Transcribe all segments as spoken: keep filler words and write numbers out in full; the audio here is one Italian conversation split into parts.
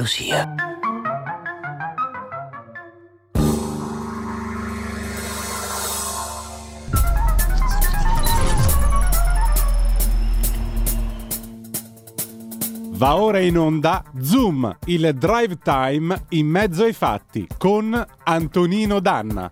sia. Va ora in onda Zoom, il drive time in mezzo ai fatti con Antonino Danna.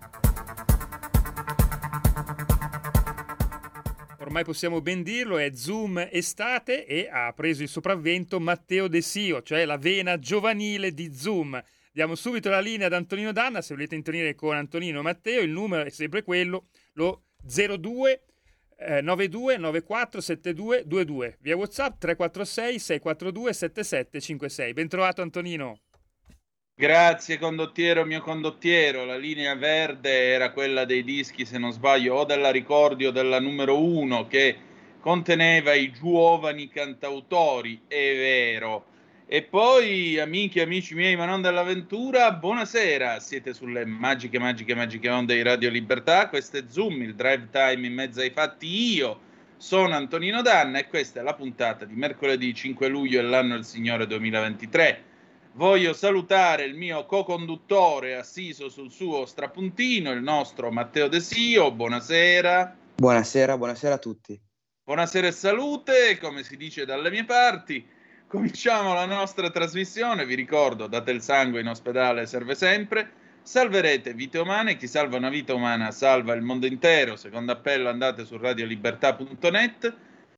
Ormai possiamo ben dirlo, è Zoom estate e ha preso il sopravvento Matteo De Sio, cioè la vena giovanile di Zoom. Diamo subito la linea ad Antonino Danna, se volete intervenire con Antonino o Matteo, il numero è sempre quello, lo zero due novantadue novantaquattro settantadue ventidue, via WhatsApp tre quattro sei sei quattro due sette sette cinque sei. Ben trovato Antonino. Grazie condottiero, mio condottiero. La linea verde era quella dei dischi, se non sbaglio, o della Ricordi o della numero uno, che conteneva i giovani cantautori, è vero. E poi, amiche e amici miei, ma non dell'avventura, buonasera. Siete sulle magiche, magiche, magiche onde di Radio Libertà. Questo è Zoom, il drive time in mezzo ai fatti. Io sono Antonino Danna e questa è la puntata di mercoledì cinque luglio dell'anno del Signore duemilaventitré. Voglio salutare il mio co-conduttore assiso sul suo strapuntino, il nostro Matteo De Sio. Buonasera. Buonasera, buonasera a tutti. Buonasera e salute, come si dice dalle mie parti. Cominciamo la nostra trasmissione. Vi ricordo, date il sangue in ospedale, serve sempre. Salverete vite umane. Chi salva una vita umana salva il mondo intero. Secondo appello, andate su radiolibertà punto net.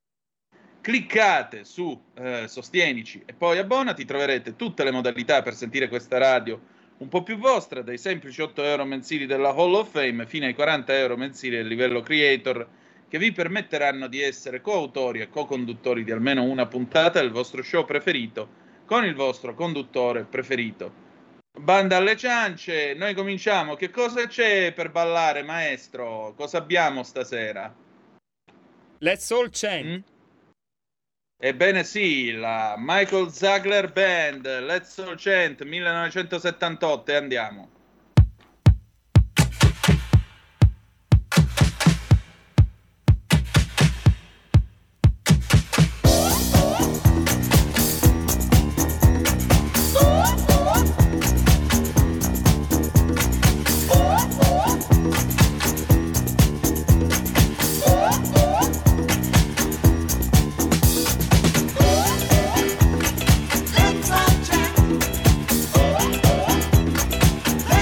Cliccate su eh, Sostienici e poi abbonati, troverete tutte le modalità per sentire questa radio un po' più vostra, dai semplici otto euro mensili della Hall of Fame fino ai quaranta euro mensili del livello Creator, che vi permetteranno di essere coautori e co-conduttori di almeno una puntata del vostro show preferito con il vostro conduttore preferito. Banda alle ciance, noi cominciamo. Che cosa c'è per ballare, maestro? Cosa abbiamo stasera? Let's all chant. Mm? Ebbene sì, la Michael Zagler Band, Let's All Chant millenovecentosettantotto, e andiamo. Let's all chant.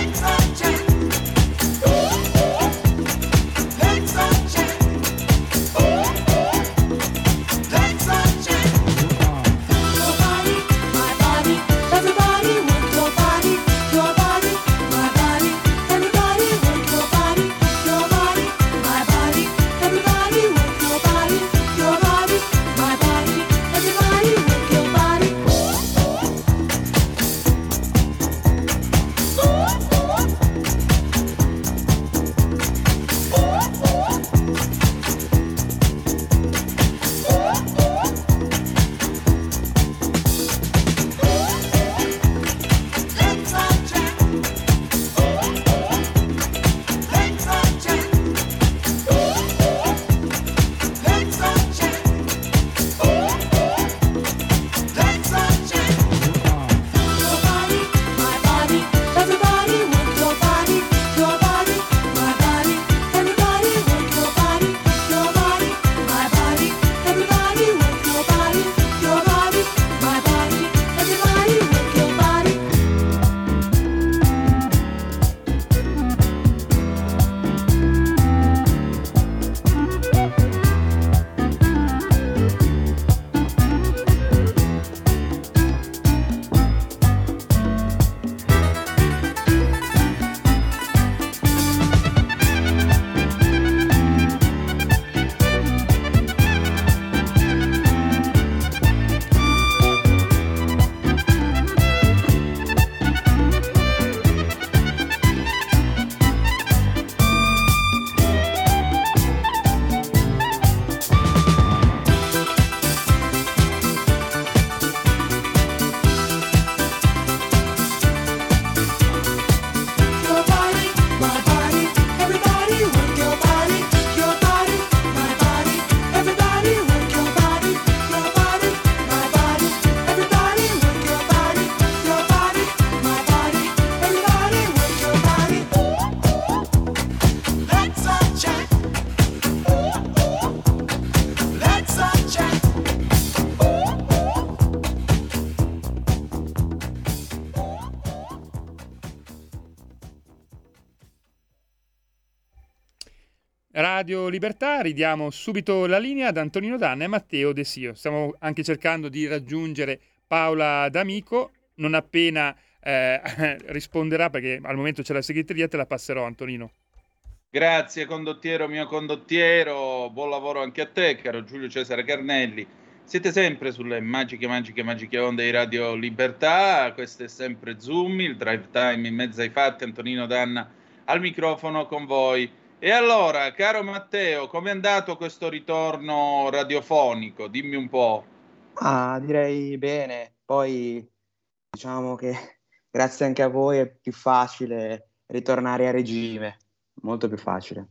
Radio Libertà, ridiamo subito la linea ad Antonino Danna e Matteo De Sio. Stiamo anche cercando di raggiungere Paola D'Amico, non appena eh, risponderà, perché al momento c'è la segreteria, te la passerò, Antonino. Grazie condottiero, mio condottiero, buon lavoro anche a te, caro Giulio Cesare Carnelli. Siete sempre sulle magiche, magiche, magiche onde di Radio Libertà, questo è sempre Zoom, il drive time in mezzo ai fatti, Antonino Danna al microfono con voi. E allora, caro Matteo, com'è andato questo ritorno radiofonico? Dimmi un po'. Ah, direi bene. Poi diciamo che grazie anche a voi è più facile ritornare a regime, molto più facile.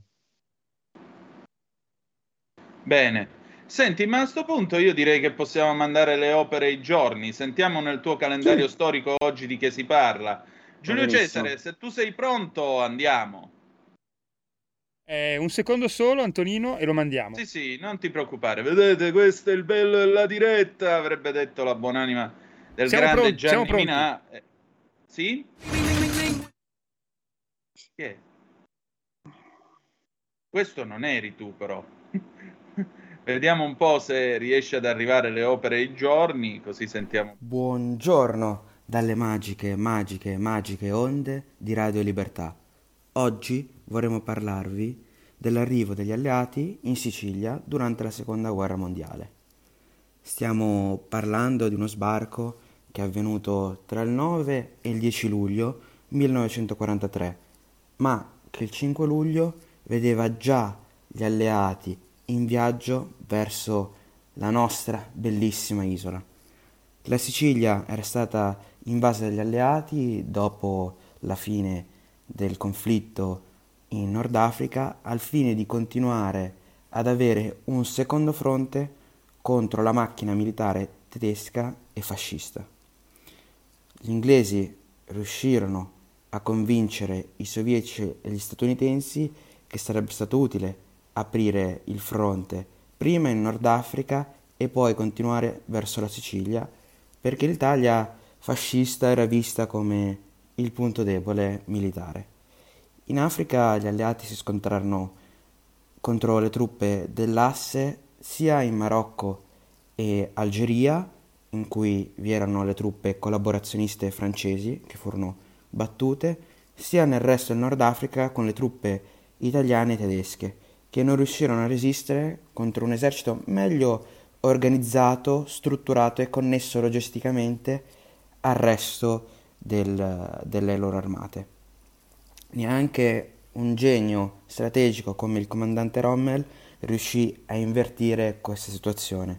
Bene. Senti, ma a sto punto io direi che possiamo mandare le opere ai giorni. Sentiamo nel tuo calendario storico oggi di che si parla. Giulio Benissimo. Cesare, se tu sei pronto, andiamo. Eh, un secondo solo, Antonino, e lo mandiamo. Sì, sì, non ti preoccupare. Vedete, questo è il bello della diretta, avrebbe detto la buonanima del Siamo grande pronti, siamo Gianni pronti. Minà. Eh, Sì? Chi è? Questo non eri tu, però. Vediamo un po' se riesce ad arrivare le opere ai giorni, così sentiamo. Buongiorno dalle magiche, magiche, magiche onde di Radio Libertà. Oggi vorremmo parlarvi dell'arrivo degli alleati in Sicilia durante la Seconda Guerra Mondiale. Stiamo parlando di uno sbarco che è avvenuto tra il nove e il dieci luglio millenovecentoquarantatré, ma che il cinque luglio vedeva già gli alleati in viaggio verso la nostra bellissima isola. La Sicilia era stata invasa dagli alleati dopo la fine del conflitto in Nord Africa, al fine di continuare ad avere un secondo fronte contro la macchina militare tedesca e fascista. Gli inglesi riuscirono a convincere i sovietici e gli statunitensi che sarebbe stato utile aprire il fronte prima in Nord Africa e poi continuare verso la Sicilia, perché l'Italia fascista era vista come il punto debole militare. In Africa gli alleati si scontrarono contro le truppe dell'Asse sia in Marocco e Algeria, in cui vi erano le truppe collaborazioniste francesi che furono battute, sia nel resto del Nord Africa con le truppe italiane e tedesche, che non riuscirono a resistere contro un esercito meglio organizzato, strutturato e connesso logisticamente al resto del, delle loro armate. Neanche un genio strategico come il comandante Rommel riuscì a invertire questa situazione.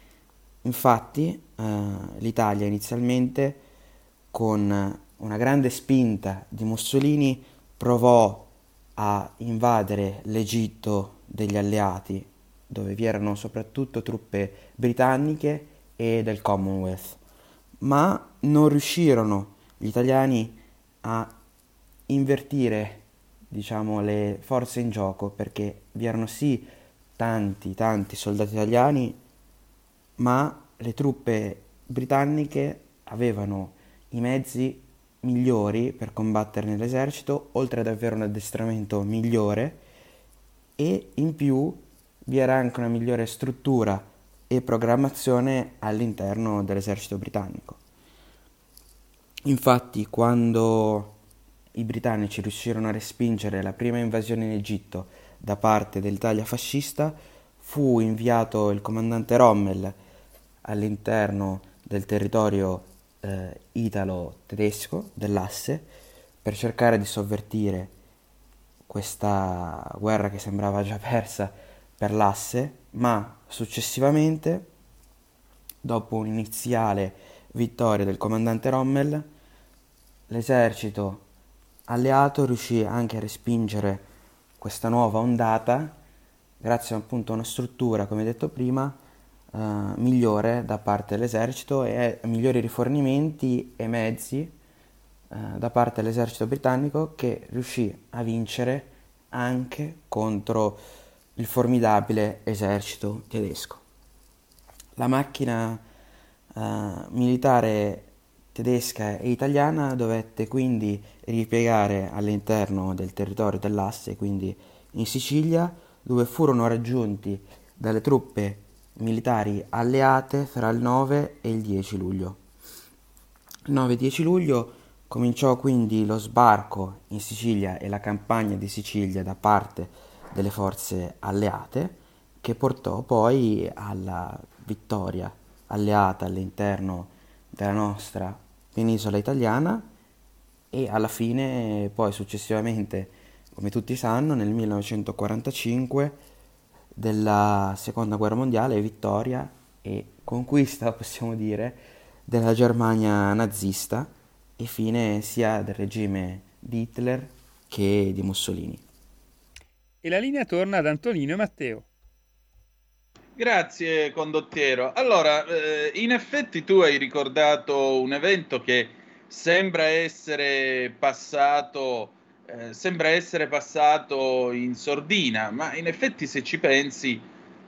Infatti eh, l'Italia inizialmente, con una grande spinta di Mussolini, provò a invadere l'Egitto degli alleati, dove vi erano soprattutto truppe britanniche e del Commonwealth, ma non riuscirono gli italiani a invertire, diciamo, le forze in gioco, perché vi erano sì tanti tanti soldati italiani, ma le truppe britanniche avevano i mezzi migliori per combattere nell'esercito, oltre ad avere un addestramento migliore, e in più vi era anche una migliore struttura e programmazione all'interno dell'esercito britannico. Infatti, quando i britannici riuscirono a respingere la prima invasione in Egitto da parte dell'Italia fascista, fu inviato il comandante Rommel all'interno del territorio eh, italo-tedesco dell'Asse per cercare di sovvertire questa guerra che sembrava già persa per l'Asse, ma successivamente, dopo un'iniziale vittoria del comandante Rommel, l'esercito alleato riuscì anche a respingere questa nuova ondata grazie appunto a una struttura, come detto prima, eh, migliore da parte dell'esercito e a migliori rifornimenti e mezzi eh, da parte dell'esercito britannico, che riuscì a vincere anche contro il formidabile esercito tedesco. La macchina eh, militare tedesca e italiana dovette quindi ripiegare all'interno del territorio dell'Asse, quindi in Sicilia, dove furono raggiunti dalle truppe militari alleate fra il nove e il dieci luglio. Il nove e dieci luglio cominciò quindi lo sbarco in Sicilia e la campagna di Sicilia da parte delle forze alleate, che portò poi alla vittoria alleata all'interno della nostra penisola italiana e alla fine, poi successivamente, come tutti sanno, nel millenovecentoquarantacinque della seconda guerra mondiale, vittoria e conquista, possiamo dire, della Germania nazista e fine sia del regime di Hitler che di Mussolini. E la linea torna ad Antonino e Matteo. Grazie condottiero. Allora, eh, in effetti tu hai ricordato un evento che sembra essere passato, eh, sembra essere passato in sordina, ma in effetti se ci pensi,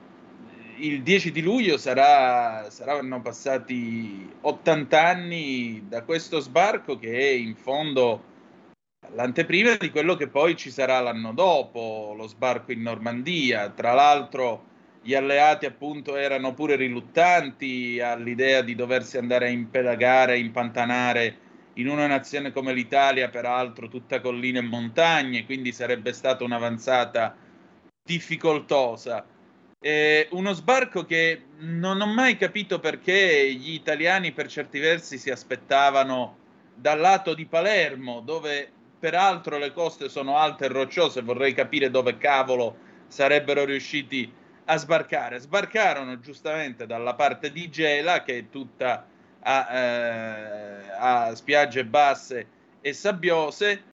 il dieci di luglio sarà, saranno passati ottanta anni da questo sbarco che è in fondo l'anteprima di quello che poi ci sarà l'anno dopo, lo sbarco in Normandia. Tra l'altro gli alleati appunto erano pure riluttanti all'idea di doversi andare a impelagare, a impantanare in una nazione come l'Italia, peraltro tutta colline e montagne, quindi sarebbe stata un'avanzata difficoltosa. Eh, uno sbarco che non ho mai capito perché gli italiani per certi versi si aspettavano dal lato di Palermo, dove peraltro le coste sono alte e rocciose, vorrei capire dove cavolo sarebbero riusciti a sbarcare. Sbarcarono giustamente dalla parte di Gela, che è tutta a, eh, a spiagge basse e sabbiose,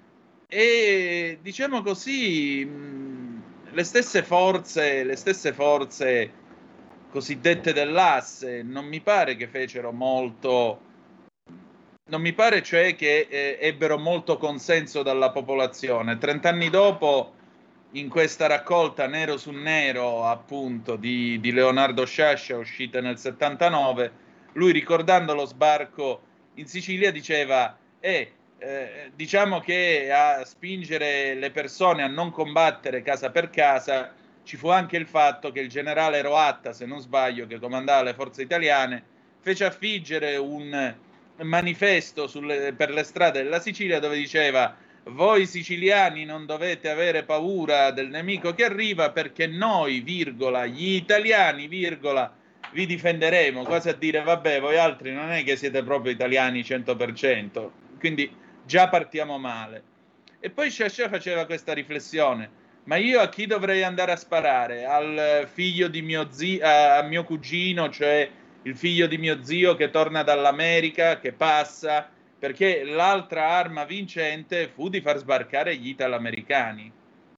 e diciamo così mh, le stesse forze, le stesse forze cosiddette dell'asse non mi pare che fecero molto, non mi pare cioè che eh, ebbero molto consenso dalla popolazione. Trent'anni dopo, in questa raccolta nero su nero appunto di, di Leonardo Sciascia, uscita nel settantanove, lui ricordando lo sbarco in Sicilia diceva eh, eh, diciamo che a spingere le persone a non combattere casa per casa ci fu anche il fatto che il generale Roatta, se non sbaglio, che comandava le forze italiane, fece affiggere un manifesto sulle, per le strade della Sicilia dove diceva: voi siciliani non dovete avere paura del nemico che arriva, perché noi, virgola, gli italiani, virgola, vi difenderemo. Quasi a dire, vabbè, voi altri non è che siete proprio italiani cento per cento, quindi già partiamo male. E poi Sciascia faceva questa riflessione: ma io a chi dovrei andare a sparare? Al figlio di mio zio, a mio cugino, cioè il figlio di mio zio che torna dall'America, che passa, perché l'altra arma vincente fu di far sbarcare gli italoamericani.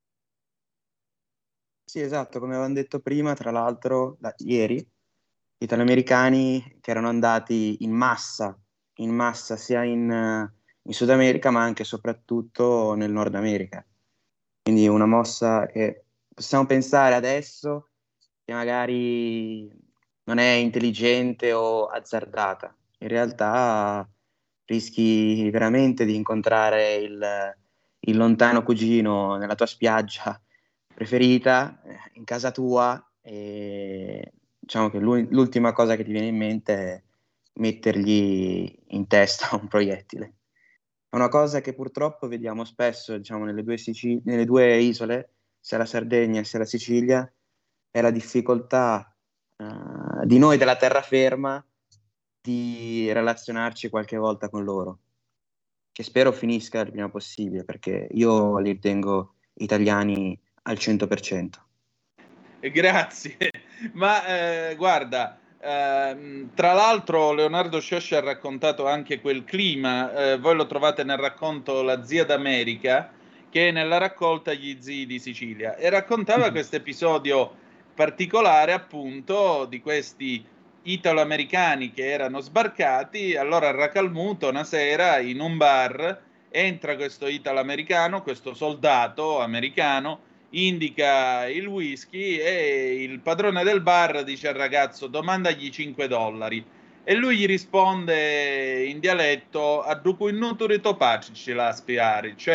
Sì, esatto, come avevamo detto prima, tra l'altro, da, ieri, gli italoamericani che erano andati in massa, in massa sia in, in Sud America ma anche e soprattutto nel Nord America. Quindi una mossa che possiamo pensare adesso che magari non è intelligente o azzardata. In realtà rischi veramente di incontrare il, il lontano cugino nella tua spiaggia preferita, in casa tua, e diciamo che l'ultima cosa che ti viene in mente è mettergli in testa un proiettile. È una cosa che purtroppo vediamo spesso, diciamo, nelle due, Sicilie, nelle due isole, sia la Sardegna sia la Sicilia, è la difficoltà uh, di noi della terraferma di relazionarci qualche volta con loro, che spero finisca il prima possibile, perché io li ritengo italiani al cento per cento. Grazie, ma eh, guarda, eh, tra l'altro Leonardo Sciascia ha raccontato anche quel clima, eh, voi lo trovate nel racconto La zia d'America, che è nella raccolta Gli zii di Sicilia, e raccontava mm-hmm. questo episodio particolare appunto di questi italo-americani che erano sbarcati. Allora a Racalmuto una sera in un bar entra questo italo-americano, questo soldato americano, indica il whisky e il padrone del bar dice al ragazzo: domandagli cinque dollari, e lui gli risponde in dialetto: a ducu innuturi topaci ce la spiari, cioè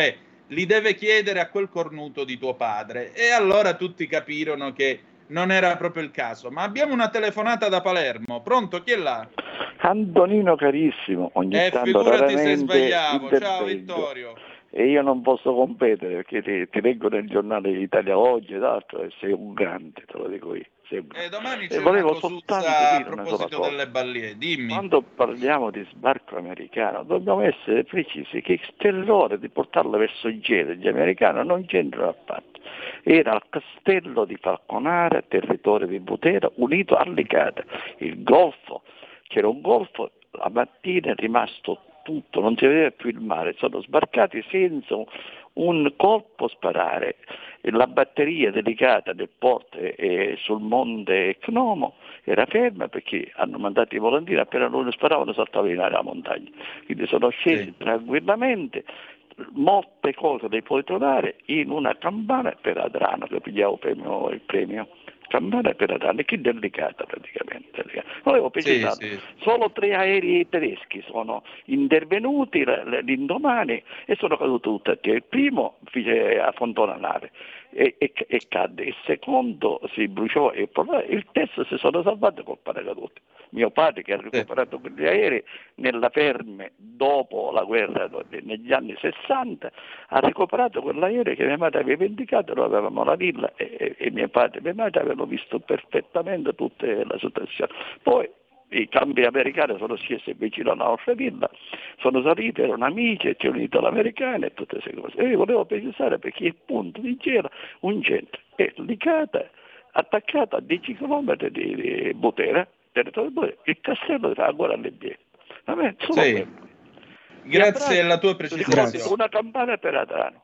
li deve chiedere a quel cornuto di tuo padre. E allora tutti capirono che non era proprio il caso. Ma abbiamo una telefonata da Palermo. Pronto? Chi è là? Antonino carissimo, ogni Eh, tanto figurati se raramente sbagliavo. Ciao intervengo Vittorio. e io non posso competere perché ti, ti leggo nel giornale Italia Oggi ed altro e sei un grande, te lo dico io. Sei un E eh, domani e c'è una volevo soltanto cosuzza a dire una sola proposito cosa. delle ballie. Dimmi. Quando parliamo di sbarco americano dobbiamo essere precisi che il terrore di portarlo verso il G degli americani non c'entra affatto. Era al castello di Falconara, territorio di Butera, unito a Licata. Il golfo, c'era un golfo, la mattina è rimasto tutto, non si vedeva più il mare, sono sbarcati senza un colpo sparare. La batteria delicata del porto eh, sul monte Cnomo era ferma perché hanno mandato i volantini, appena loro sparavano saltavano in aria la montagna, quindi sono scesi sì. tranquillamente. Molte cose le puoi trovare in una campana per Adrano, che pigliavo il premio, il premio. Campana per Adrano, che delicata praticamente. Volevo precisare, sì, sì. Solo tre aerei tedeschi sono intervenuti l'indomani e sono caduti tutti e tre. Il primo fece a Fontona nave e, e, e cadde, il secondo si bruciò e il terzo si sono salvati col paracadute. Mio padre, che ha recuperato quegli aerei nella Ferme dopo la guerra negli anni sessanta, ha recuperato quell'aereo che mia madre aveva indicato. Noi avevamo la villa e, e, e mio padre e mia madre avevano visto perfettamente tutta la situazione. Poi i campi americani sono scesi vicino alla nostra villa, sono saliti, erano amici, ci è unito l'americano e tutte queste cose. E io volevo precisare perché il punto di c'era un centro è Licata, attaccato a dieci chilometri di, di Butera, territorio di Butera, il castello era ancora all'indietro. Vabbè, solo sì. quello. Grazie alla tua precisazione. Una campana per Adrano.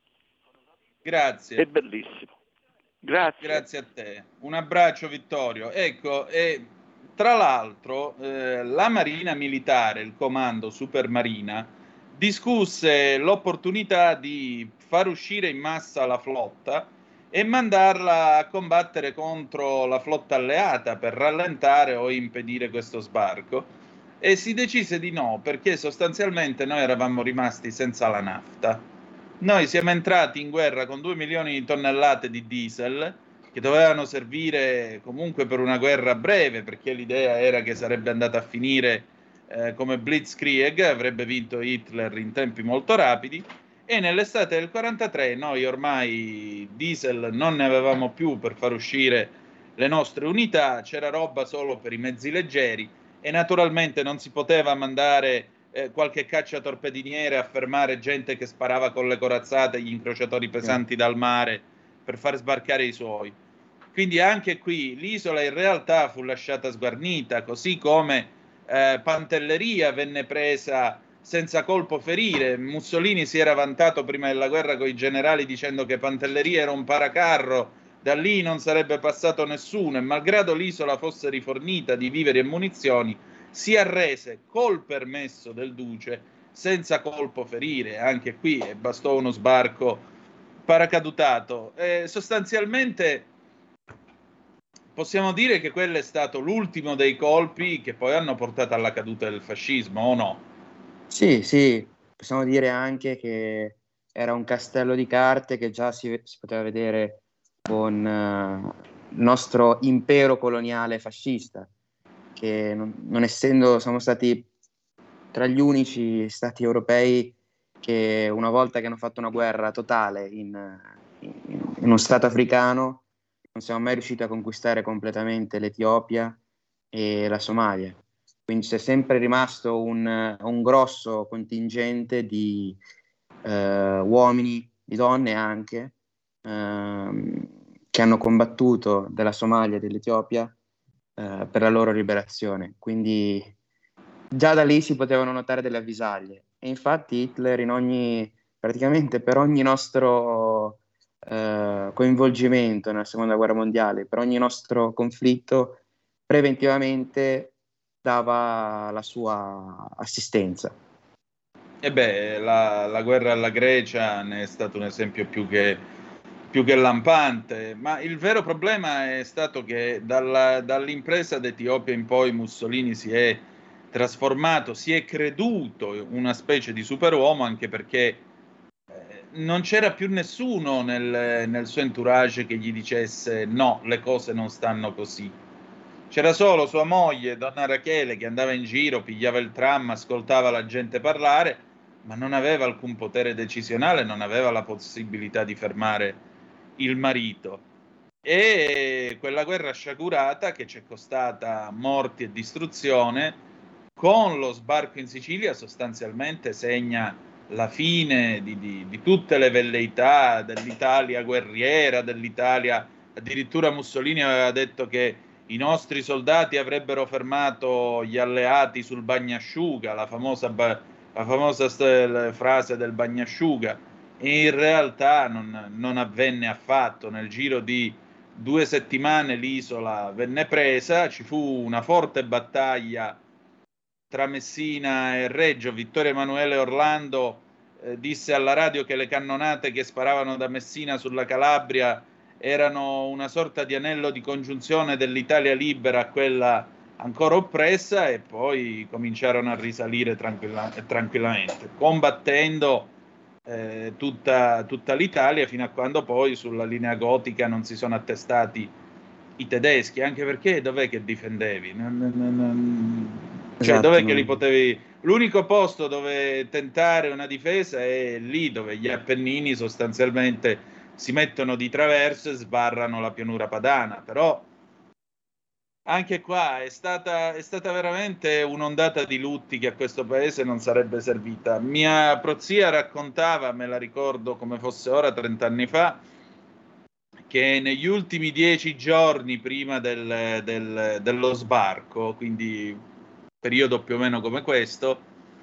Grazie. È bellissimo. Grazie. Grazie a te. Un abbraccio Vittorio. Ecco, e tra l'altro eh, la Marina Militare, il comando Supermarina, discusse l'opportunità di far uscire in massa la flotta e mandarla a combattere contro la flotta alleata per rallentare o impedire questo sbarco. E si decise di no, perché sostanzialmente noi eravamo rimasti senza la nafta. Noi siamo entrati in guerra con due milioni di tonnellate di diesel che dovevano servire comunque per una guerra breve, perché l'idea era che sarebbe andata a finire eh, come Blitzkrieg, avrebbe vinto Hitler in tempi molto rapidi, e nell'estate del quarantatré noi ormai diesel non ne avevamo più per far uscire le nostre unità, c'era roba solo per i mezzi leggeri e naturalmente non si poteva mandare eh, qualche cacciatorpediniere a fermare gente che sparava con le corazzate gli incrociatori pesanti yeah. dal mare per far sbarcare i suoi. Quindi anche qui l'isola in realtà fu lasciata sguarnita, così come eh, Pantelleria venne presa senza colpo ferire. Mussolini si era vantato prima della guerra con i generali dicendo che Pantelleria era un paracarro, da lì non sarebbe passato nessuno, e malgrado l'isola fosse rifornita di viveri e munizioni, si arrese col permesso del duce senza colpo ferire. Anche qui eh, bastò uno sbarco paracadutato. Eh, sostanzialmente possiamo dire che quello è stato l'ultimo dei colpi che poi hanno portato alla caduta del fascismo, o no? Sì, sì, possiamo dire anche che era un castello di carte che già si, si poteva vedere con uh, il nostro impero coloniale fascista, che non, non essendo, siamo stati tra gli unici stati europei che una volta che hanno fatto una guerra totale in, in, in uno stato africano, non siamo mai riusciti a conquistare completamente l'Etiopia e la Somalia. Quindi c'è sempre rimasto un, un grosso contingente di eh, uomini, di donne anche, ehm, che hanno combattuto della Somalia e dell'Etiopia eh, per la loro liberazione. Quindi già da lì si potevano notare delle avvisaglie. E infatti Hitler in ogni, praticamente per ogni nostro eh, coinvolgimento nella Seconda Guerra Mondiale, per ogni nostro conflitto, preventivamente dava la sua assistenza. E beh, la, la guerra alla Grecia ne è stato un esempio più che, più che lampante, ma il vero problema è stato che dalla, dall'impresa d'Etiopia in poi Mussolini si è trasformato, si è creduto una specie di superuomo, anche perché eh, non c'era più nessuno nel, nel suo entourage che gli dicesse no, le cose non stanno così. C'era solo sua moglie, donna Rachele, che andava in giro, pigliava il tram, ascoltava la gente parlare, ma non aveva alcun potere decisionale, non aveva la possibilità di fermare il marito. E quella guerra sciagurata che ci è costata morti e distruzione, con lo sbarco in Sicilia sostanzialmente segna la fine di, di, di tutte le velleità dell'Italia guerriera, dell'Italia. Addirittura Mussolini aveva detto che i nostri soldati avrebbero fermato gli alleati sul bagnasciuga, la famosa, la famosa st- frase del bagnasciuga, e in realtà non, non avvenne affatto. Nel giro di due settimane l'isola venne presa, ci fu una forte battaglia tra Messina e Reggio. Vittorio Emanuele Orlando eh, disse alla radio che le cannonate che sparavano da Messina sulla Calabria erano una sorta di anello di congiunzione dell'Italia libera a quella ancora oppressa, e poi cominciarono a risalire tranquilla- tranquillamente, combattendo eh, tutta, tutta l'Italia, fino a quando poi sulla linea gotica non si sono attestati i tedeschi, anche perché dov'è che difendevi? Non, non, non, cioè, Esatto, dov'è che li non- potevi... L'unico posto dove tentare una difesa è lì, dove gli Appennini sostanzialmente si mettono di traverso e sbarrano la pianura padana. Però anche qua è stata, è stata veramente un'ondata di lutti che a questo paese non sarebbe servita. Mia prozia raccontava, me la ricordo come fosse ora, trent'anni fa, che negli ultimi dieci giorni prima del, del, dello sbarco, quindi periodo più o meno come questo,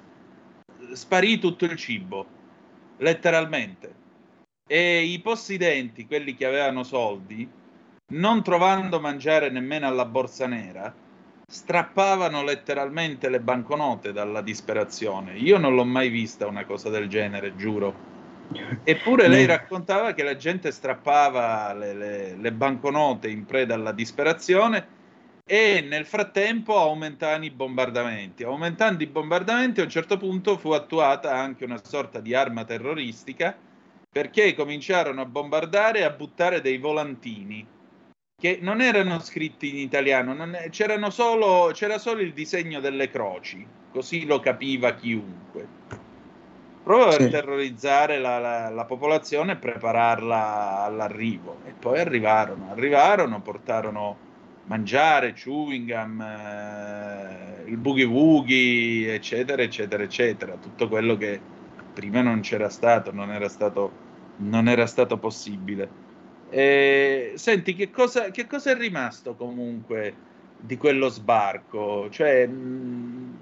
sparì tutto il cibo, letteralmente. E i possidenti, quelli che avevano soldi, non trovando mangiare nemmeno alla borsa nera, strappavano letteralmente le banconote dalla disperazione. Io non l'ho mai vista una cosa del genere, giuro. Eppure lei ne- raccontava che la gente strappava le, le, le banconote in preda alla disperazione, e nel frattempo aumentavano i bombardamenti. Aumentando i bombardamenti, a un certo punto fu attuata anche una sorta di arma terroristica, perché cominciarono a bombardare e a buttare dei volantini che non erano scritti in italiano, non è- c'erano solo, c'era solo il disegno delle croci, così lo capiva chiunque, proprio per sì. terrorizzare la, la, la popolazione e prepararla all'arrivo. E poi arrivarono, arrivarono, portarono mangiare, chewing gum, eh, il boogie woogie, eccetera, eccetera, eccetera, tutto quello che prima non c'era stato, non era stato, non era stato possibile. E, senti, che cosa, che cosa è rimasto comunque di quello sbarco? Cioè, mh,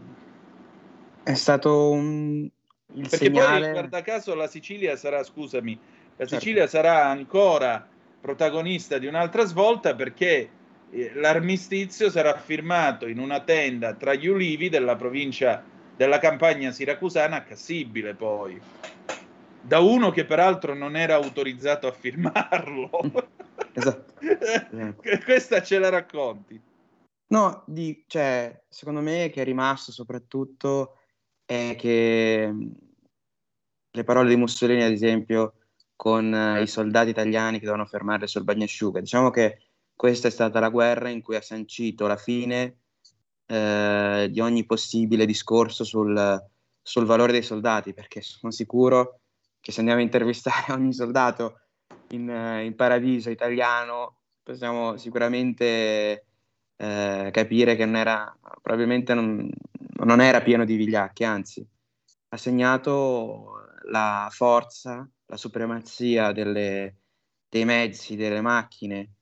È stato un- il perché poi, segnale, guarda caso, la Sicilia sarà, scusami, la certo, Sicilia sarà ancora protagonista di un'altra svolta, perché eh, l'armistizio sarà firmato in una tenda tra gli ulivi della provincia della campagna siracusana a Cassibile, poi, da uno che peraltro non era autorizzato a firmarlo. esatto, esatto. Questa ce la racconti? No, di, cioè, secondo me che è rimasto soprattutto è che mh, le parole di Mussolini, ad esempio, con eh, i soldati italiani che dovevano fermarli sul bagnasciuga. Diciamo che questa è stata la guerra in cui ha sancito la fine eh, di ogni possibile discorso sul, sul valore dei soldati, perché sono sicuro che se andiamo a intervistare ogni soldato in, eh, in paradiso italiano, possiamo sicuramente eh, capire che non era, probabilmente non, non era pieno di vigliacchi, anzi, ha segnato la forza, la supremazia delle- dei mezzi, delle macchine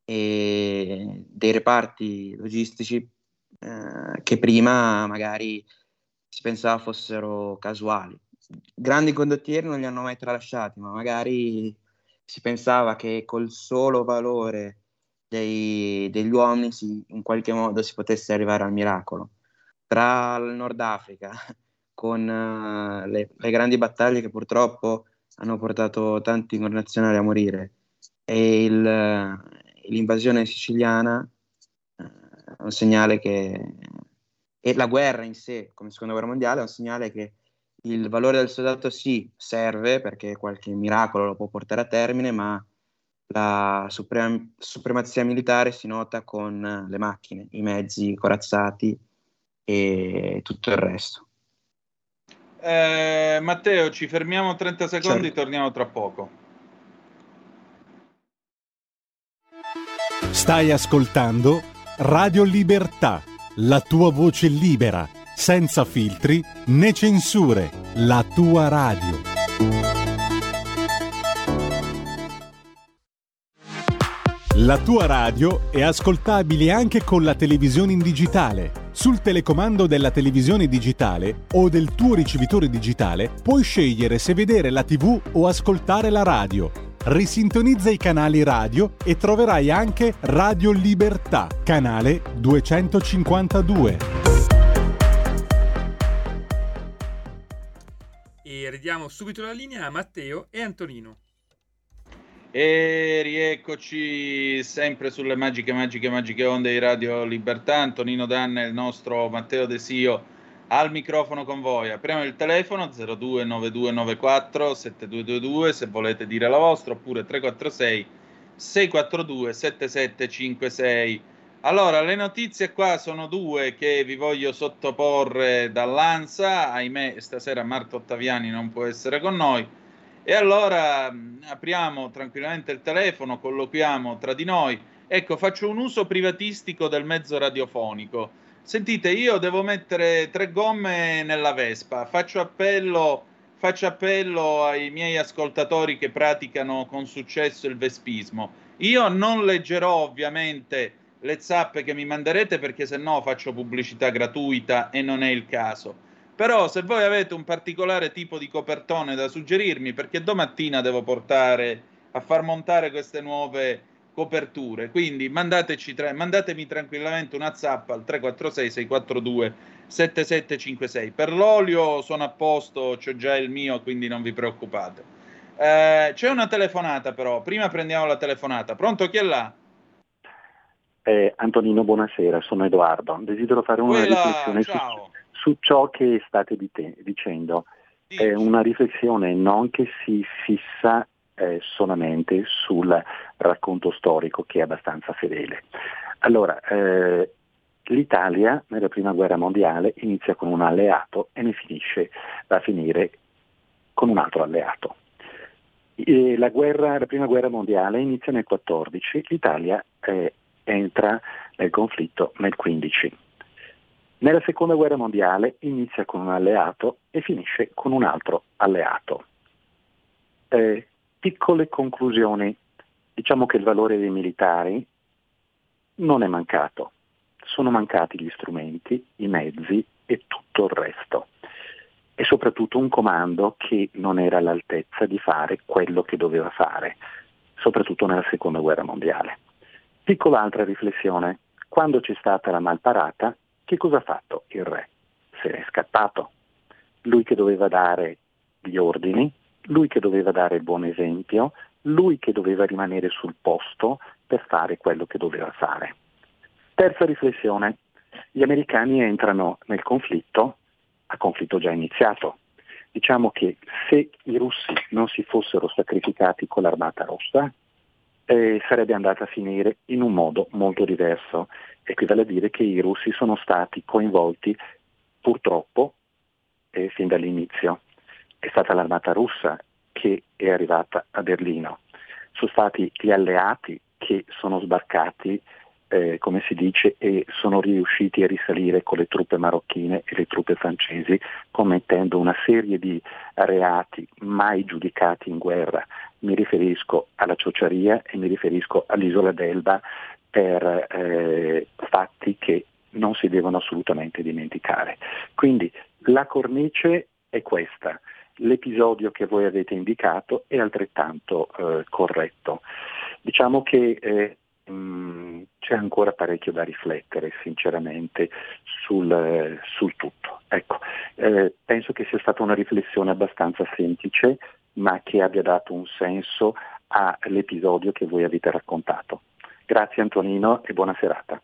e dei reparti logistici eh, che prima magari si pensava fossero casuali. Grandi condottieri non li hanno mai tralasciati, ma magari si pensava che col solo valore dei- degli uomini si- in qualche modo si potesse arrivare al miracolo. Tra il Nord Africa, con eh, le, le grandi battaglie che purtroppo hanno portato tanti connazionali a morire, e il, eh, l'invasione siciliana eh, è un segnale che... E la guerra in sé, come seconda guerra mondiale, è un segnale che il valore del soldato sì, serve perché qualche miracolo lo può portare a termine, ma la suprem- supremazia militare si nota con le macchine, i mezzi corazzati e tutto il resto. Eh, Matteo, ci fermiamo trenta secondi, Certo. torniamo tra poco. Stai ascoltando Radio Libertà, la tua voce libera, senza filtri né censure, la tua radio. La tua radio è ascoltabile anche con la televisione in digitale. Sul telecomando della televisione digitale o del tuo ricevitore digitale puoi scegliere se vedere la tivù o ascoltare la radio. Risintonizza i canali radio e troverai anche Radio Libertà, canale duecentocinquantadue. E ridiamo subito la linea a Matteo e Antonino. E rieccoci sempre sulle magiche, magiche, magiche onde di Radio Libertà. Antonino Danna e il nostro Matteo De Sio al microfono con voi. Apriamo il telefono zero due nove due nove quattro sette due due due se volete dire la vostra, oppure tre quattro sei sei quattro due sette sette cinque sei. Allora, le notizie qua sono due che vi voglio sottoporre dall'ANSA. Ahimè, stasera Marco Ottaviani non può essere con noi. E allora mh, apriamo tranquillamente il telefono, colloquiamo tra di noi. Ecco, faccio un uso privatistico del mezzo radiofonico. Sentite, io devo mettere tre gomme nella Vespa. Faccio appello, faccio appello ai miei ascoltatori che praticano con successo il vespismo. Io non leggerò ovviamente le zappe che mi manderete, perché sennò faccio pubblicità gratuita e non è il caso. Però se voi avete un particolare tipo di copertone da suggerirmi, perché domattina devo portare a far montare queste nuove coperture, quindi mandateci tre, mandatemi tranquillamente una zappa al tre quattro sei sei quattro due sette sette cinque sei. Per l'olio sono a posto, c'ho già il mio, quindi non vi preoccupate. Eh, c'è una telefonata però, prima prendiamo la telefonata. Pronto, chi è là? Eh, Antonino, buonasera, sono Edoardo. Desidero fare una Quella, riflessione su, ciao. su ciò che state dite- dicendo. Dici. È una riflessione non che si fissa eh, solamente sul racconto storico, che è abbastanza fedele. Allora, eh, l'Italia nella prima guerra mondiale inizia con un alleato e ne finisce, va a finire con un altro alleato. E la, guerra, la prima guerra mondiale inizia nel quattordici, l'Italia eh, entra nel conflitto nel quindici. Nella seconda guerra mondiale inizia con un alleato e finisce con un altro alleato. Eh, piccole conclusioni. Diciamo che il valore dei militari non è mancato. Sono mancati gli strumenti, i mezzi e tutto il resto. E soprattutto un comando che non era all'altezza di fare quello che doveva fare, soprattutto nella seconda guerra mondiale. Piccola altra riflessione: quando c'è stata la malparata, che cosa ha fatto il re? Se n'è scappato. Lui che doveva dare gli ordini, lui che doveva dare il buon esempio, lui che doveva rimanere sul posto per fare quello che doveva fare. Terza riflessione: gli americani entrano nel conflitto, a conflitto già iniziato. Diciamo che se i russi non si fossero sacrificati con l'Armata Rossa, eh, sarebbe andata a finire in un modo molto diverso. Equivale a dire che i russi sono stati coinvolti, purtroppo, eh, fin dall'inizio. È stata l'Armata Russa che è arrivata a Berlino. Sono stati gli alleati che sono sbarcati, eh, come si dice, e sono riusciti a risalire con le truppe marocchine e le truppe francesi, commettendo una serie di reati mai giudicati in guerra. Mi riferisco alla ciociaria e mi riferisco all'isola d'Elba, per eh, fatti che non si devono assolutamente dimenticare. Quindi la cornice è questa. L'episodio che voi avete indicato è altrettanto eh, corretto. Diciamo che eh, mh, c'è ancora parecchio da riflettere, sinceramente, sul, eh, sul tutto. Ecco, eh, penso che sia stata una riflessione abbastanza semplice, ma che abbia dato un senso all'episodio che voi avete raccontato. Grazie Antonino e buona serata.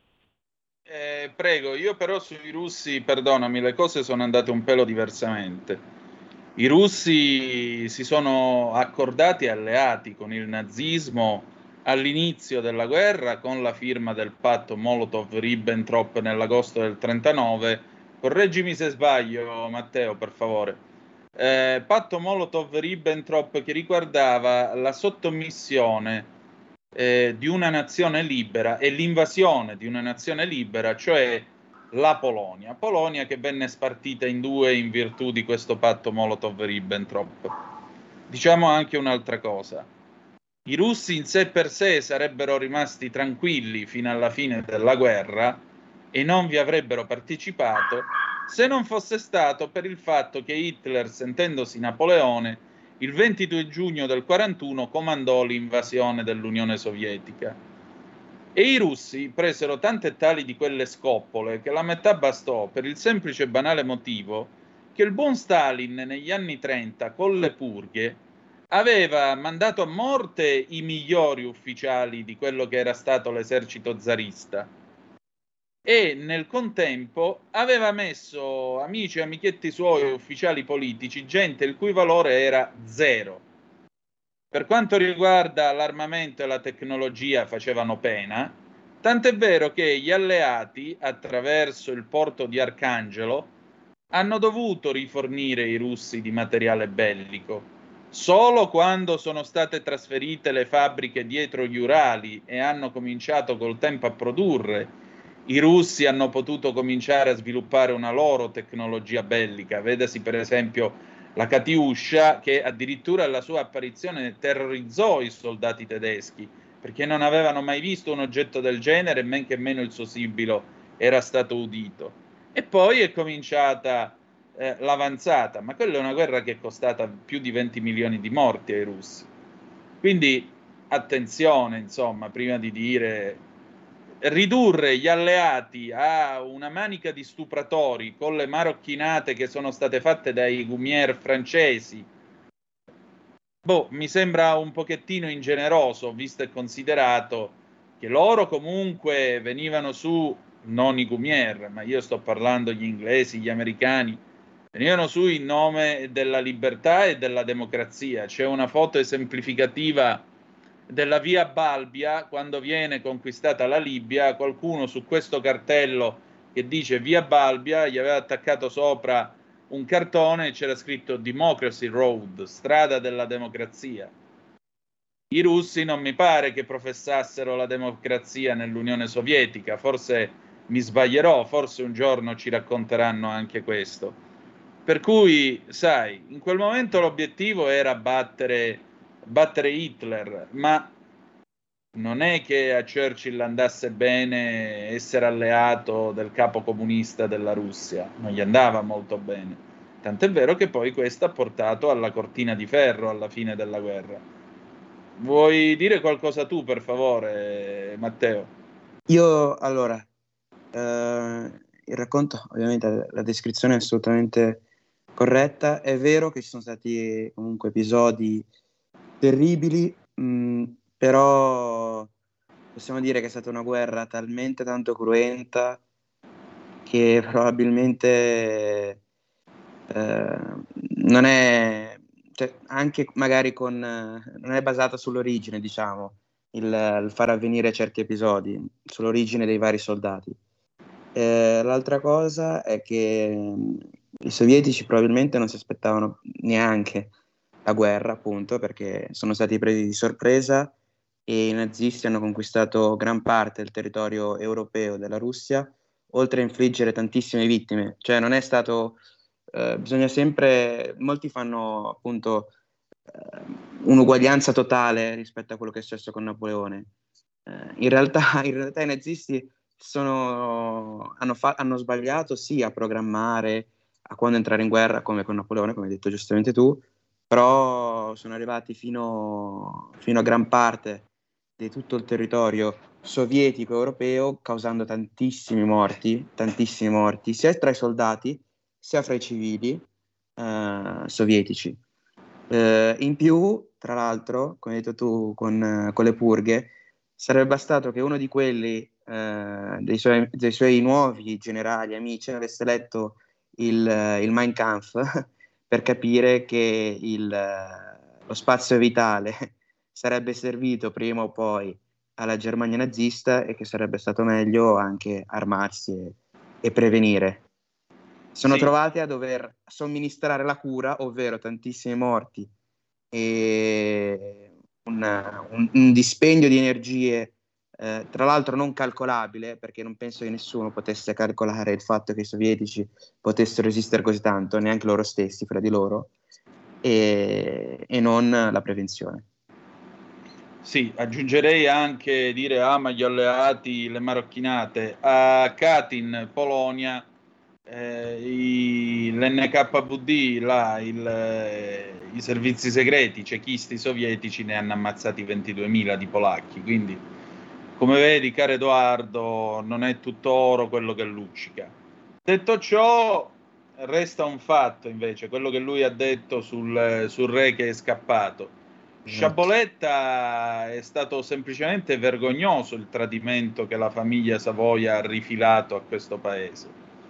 Eh, prego, io però sui russi, perdonami, le cose sono andate un pelo diversamente. I russi si sono accordati e alleati con il nazismo all'inizio della guerra con la firma del patto Molotov-Ribbentrop nell'agosto del trentanove. Correggimi se sbaglio, Matteo, per favore. Eh, patto Molotov-Ribbentrop che riguardava la sottomissione eh, di una nazione libera e l'invasione di una nazione libera, cioè la Polonia. Polonia che venne spartita in due in virtù di questo patto Molotov-Ribbentrop. Diciamo anche un'altra cosa. I russi in sé per sé sarebbero rimasti tranquilli fino alla fine della guerra e non vi avrebbero partecipato se non fosse stato per il fatto che Hitler, sentendosi Napoleone, il ventidue giugno del quarantuno comandò l'invasione dell'Unione Sovietica. E i russi presero tante e tali di quelle scoppole che la metà bastò per il semplice e banale motivo che il buon Stalin negli anni trenta con le purghe aveva mandato a morte i migliori ufficiali di quello che era stato l'esercito zarista e nel contempo aveva messo amici e amichetti suoi ufficiali politici, gente il cui valore era zero. Per quanto riguarda l'armamento e la tecnologia facevano pena, tant'è vero che gli alleati, attraverso il porto di Arcangelo, hanno dovuto rifornire i russi di materiale bellico. Solo quando sono state trasferite le fabbriche dietro gli Urali e hanno cominciato col tempo a produrre, i russi hanno potuto cominciare a sviluppare una loro tecnologia bellica. Vedasi per esempio la Katyusha, che addirittura alla sua apparizione terrorizzò i soldati tedeschi, perché non avevano mai visto un oggetto del genere e men che meno il suo sibilo era stato udito. E poi è cominciata eh, l'avanzata, ma quella è una guerra che è costata più di venti milioni di morti ai russi. Quindi attenzione, insomma, prima di dire ridurre gli alleati a una manica di stupratori con le marocchinate che sono state fatte dai gumier francesi, boh, mi sembra un pochettino ingeneroso, visto e considerato che loro comunque venivano su, non i gumier, ma io sto parlando gli inglesi, gli americani, venivano su in nome della libertà e della democrazia. C'è una foto esemplificativa della via Balbia quando viene conquistata la Libia. Qualcuno su questo cartello che dice via Balbia gli aveva attaccato sopra un cartone e c'era scritto Democracy Road, strada della democrazia. I russi non mi pare che professassero la democrazia nell'Unione Sovietica, forse mi sbaglierò, forse un giorno ci racconteranno anche questo. Per cui, sai, in quel momento l'obiettivo era battere, battere Hitler, ma non è che a Churchill andasse bene essere alleato del capo comunista della Russia, non gli andava molto bene. Tant'è vero che poi questo ha portato alla cortina di ferro alla fine della guerra. Vuoi dire qualcosa tu, per favore, Matteo? Io, allora, eh, il racconto, ovviamente, la descrizione è assolutamente corretta. È vero che ci sono stati comunque episodi terribili, mh, però possiamo dire che è stata una guerra talmente tanto cruenta che probabilmente eh, non è, cioè, anche magari con, non è basata sull'origine, diciamo, il, il far avvenire certi episodi, sull'origine dei vari soldati. Eh, l'altra cosa è che mh, i sovietici probabilmente non si aspettavano neanche la guerra, appunto, perché sono stati presi di sorpresa e i nazisti hanno conquistato gran parte del territorio europeo della Russia, oltre a infliggere tantissime vittime. Cioè non è stato, eh, bisogna sempre, molti fanno appunto eh, un'uguaglianza totale rispetto a quello che è successo con Napoleone. Eh, in realtà, in realtà i nazisti sono, hanno, fa- hanno sbagliato sì a programmare a quando entrare in guerra come con Napoleone, come hai detto giustamente tu, però sono arrivati fino, fino a gran parte di tutto il territorio sovietico europeo, causando tantissimi morti, tantissimi morti, sia tra i soldati sia fra i civili eh, sovietici. Eh, in più, tra l'altro, come hai detto tu con, con le purghe, sarebbe bastato che uno di quelli eh, dei, suoi, dei suoi nuovi generali amici avesse letto il, il Mein Kampf per capire che il, lo spazio vitale sarebbe servito prima o poi alla Germania nazista e che sarebbe stato meglio anche armarsi e, e prevenire. Sono Sì. trovati a dover somministrare la cura, ovvero tantissimi morti e un, un, un dispendio di energie, eh, tra l'altro non calcolabile, perché non penso che nessuno potesse calcolare il fatto che i sovietici potessero resistere così tanto, neanche loro stessi, fra di loro, e, e non la prevenzione. Sì, aggiungerei anche dire ama gli alleati le marocchinate. A Katyn, Polonia, eh, i, l'N K V D, là, il, eh, i servizi segreti, i cechisti sovietici ne hanno ammazzati ventiduemila di polacchi. Quindi, come vedi, caro Edoardo, non è tutto oro quello che luccica. Detto ciò, resta un fatto invece, quello che lui ha detto sul, sul re che è scappato. Sciaboletta è stato semplicemente vergognoso il tradimento che la famiglia Savoia ha rifilato a questo paese,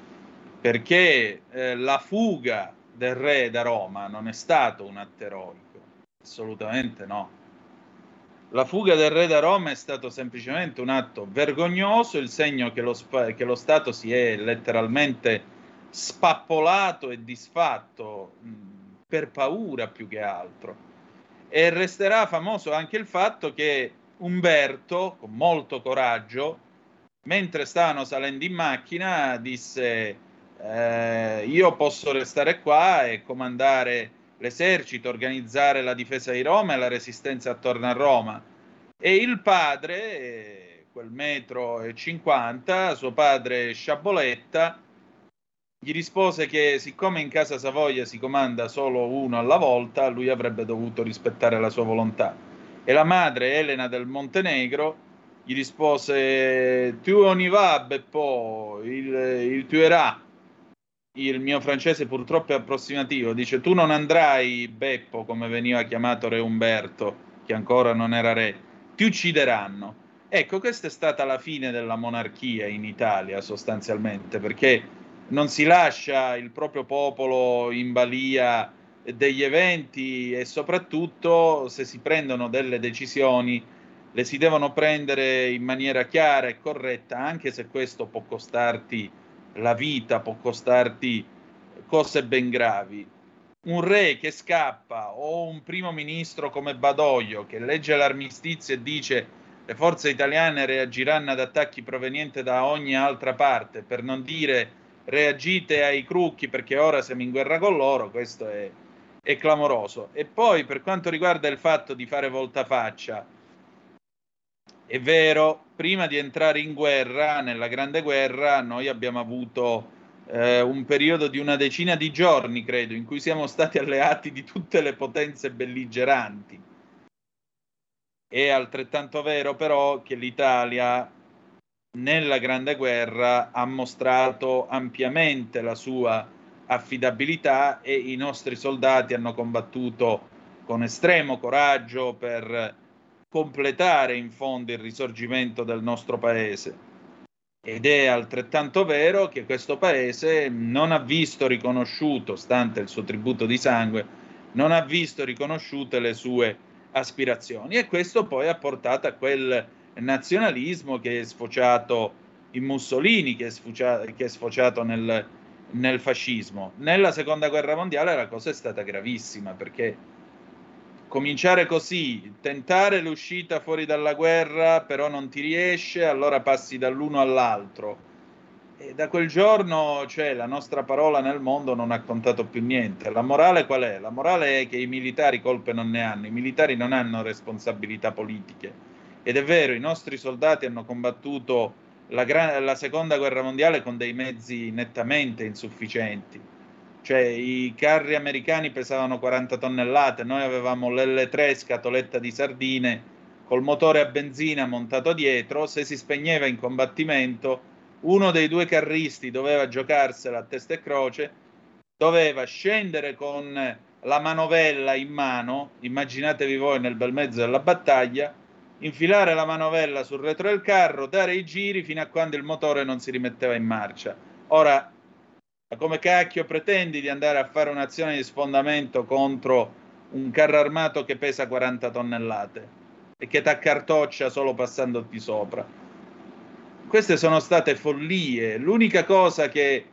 perché eh, la fuga del re da Roma non è stato un atto eroico, assolutamente no. La fuga del re da Roma è stato semplicemente un atto vergognoso, il segno che lo, spa- che lo Stato si è letteralmente spappolato e disfatto mh, per paura più che altro. E resterà famoso anche il fatto che Umberto, con molto coraggio, mentre stavano salendo in macchina, disse eh, io posso restare qua e comandare l'esercito, organizzare la difesa di Roma e la resistenza attorno a Roma. E il padre, quel metro e cinquanta, suo padre Sciaboletta, gli rispose che siccome in casa Savoia si comanda solo uno alla volta, lui avrebbe dovuto rispettare la sua volontà. E la madre, Elena del Montenegro, gli rispose tu on y va, Beppo, il, il tuerà. Il mio francese purtroppo è approssimativo, dice tu non andrai, Beppo, come veniva chiamato re Umberto, che ancora non era re, ti uccideranno. Ecco, questa è stata la fine della monarchia in Italia sostanzialmente, perché non si lascia il proprio popolo in balia degli eventi e soprattutto se si prendono delle decisioni le si devono prendere in maniera chiara e corretta, anche se questo può costarti la vita, può costarti cose ben gravi. Un re che scappa o un primo ministro come Badoglio che legge l'armistizio e dice le forze italiane reagiranno ad attacchi provenienti da ogni altra parte, per non dire reagite ai crucchi perché ora siamo in guerra con loro, questo è, è clamoroso. E poi per quanto riguarda il fatto di fare voltafaccia, è vero, prima di entrare in guerra, nella Grande Guerra, noi abbiamo avuto eh, un periodo di una decina di giorni, credo, in cui siamo stati alleati di tutte le potenze belligeranti. È altrettanto vero però che l'Italia nella Grande Guerra ha mostrato ampiamente la sua affidabilità e i nostri soldati hanno combattuto con estremo coraggio per completare in fondo il risorgimento del nostro paese. Ed è altrettanto vero che questo paese non ha visto riconosciuto, stante il suo tributo di sangue, non ha visto riconosciute le sue aspirazioni e questo poi ha portato a quel nazionalismo che è sfociato in Mussolini, che è sfociato, che è sfociato nel, nel fascismo. Nella seconda guerra mondiale la cosa è stata gravissima perché cominciare così, tentare l'uscita fuori dalla guerra, però non ti riesce, allora passi dall'uno all'altro. E da quel giorno, cioè, la nostra parola nel mondo non ha contato più niente. La morale qual è? La morale è che i militari colpe non ne hanno, i militari non hanno responsabilità politiche. Ed è vero, i nostri soldati hanno combattuto la, gra- la seconda guerra mondiale con dei mezzi nettamente insufficienti. Cioè i carri americani pesavano quaranta tonnellate, noi avevamo l'L tre scatoletta di sardine col motore a benzina montato dietro, se si spegneva in combattimento uno dei due carristi doveva giocarsela a testa e croce, doveva scendere con la manovella in mano, immaginatevi voi nel bel mezzo della battaglia, infilare la manovella sul retro del carro, dare i giri fino a quando il motore non si rimetteva in marcia. Ora, Ma come cacchio pretendi di andare a fare un'azione di sfondamento contro un carro armato che pesa quaranta tonnellate e che t'accartoccia solo passandoti sopra? Queste sono state follie. L'unica cosa che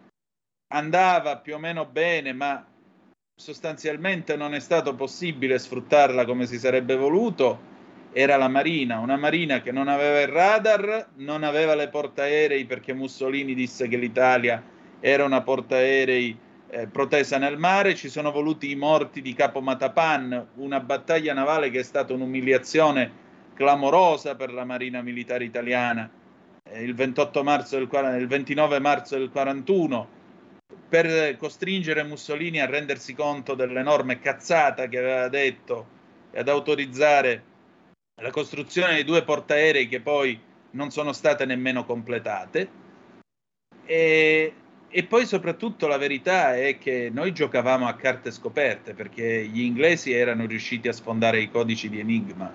andava più o meno bene, ma sostanzialmente non è stato possibile sfruttarla come si sarebbe voluto, era la Marina, una Marina che non aveva il radar, non aveva le portaerei, perché Mussolini disse che l'Italia era una portaerei eh, protesa nel mare. Ci sono voluti i morti di Capo Matapan, una battaglia navale che è stata un'umiliazione clamorosa per la Marina Militare Italiana, eh, il ventotto marzo del, il ventinove marzo del quarantuno, per costringere Mussolini a rendersi conto dell'enorme cazzata che aveva detto e ad autorizzare la costruzione di due portaerei che poi non sono state nemmeno completate. E, e poi soprattutto la verità è che noi giocavamo a carte scoperte, perché gli inglesi erano riusciti a sfondare i codici di Enigma.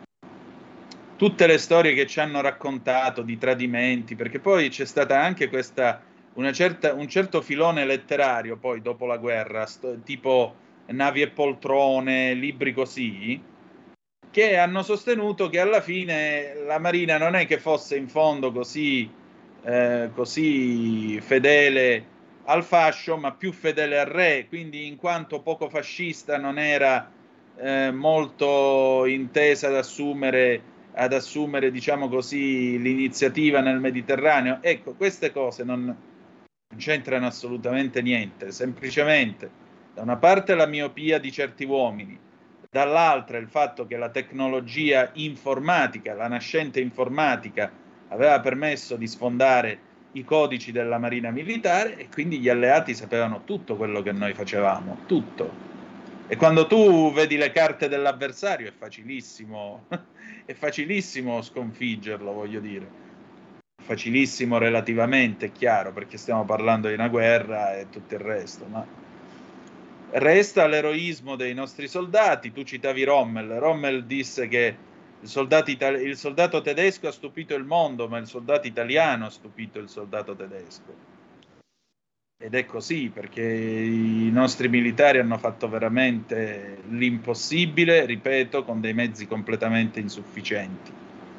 Tutte le storie che ci hanno raccontato di tradimenti, perché poi c'è stata anche questa una certa, un certo filone letterario poi dopo la guerra, sto, tipo Navi e poltrone, libri così, che hanno sostenuto che alla fine la Marina non è che fosse in fondo così, eh, così fedele al fascio, ma più fedele al re, quindi in quanto poco fascista non era eh, molto intesa ad assumere, ad assumere, diciamo così, l'iniziativa nel Mediterraneo. Ecco, queste cose non, non c'entrano assolutamente niente, semplicemente da una parte la miopia di certi uomini, dall'altra il fatto che la tecnologia informatica, la nascente informatica, aveva permesso di sfondare i codici della Marina Militare, e quindi gli alleati sapevano tutto quello che noi facevamo, tutto. E quando tu vedi le carte dell'avversario è facilissimo, è facilissimo sconfiggerlo, voglio dire. Facilissimo relativamente, è chiaro, perché stiamo parlando di una guerra e tutto il resto, ma resta l'eroismo dei nostri soldati. Tu citavi Rommel. Rommel disse che il soldato, itali- il soldato tedesco ha stupito il mondo, ma il soldato italiano ha stupito il soldato tedesco. Ed è così, perché i nostri militari hanno fatto veramente l'impossibile, ripeto, con dei mezzi completamente insufficienti.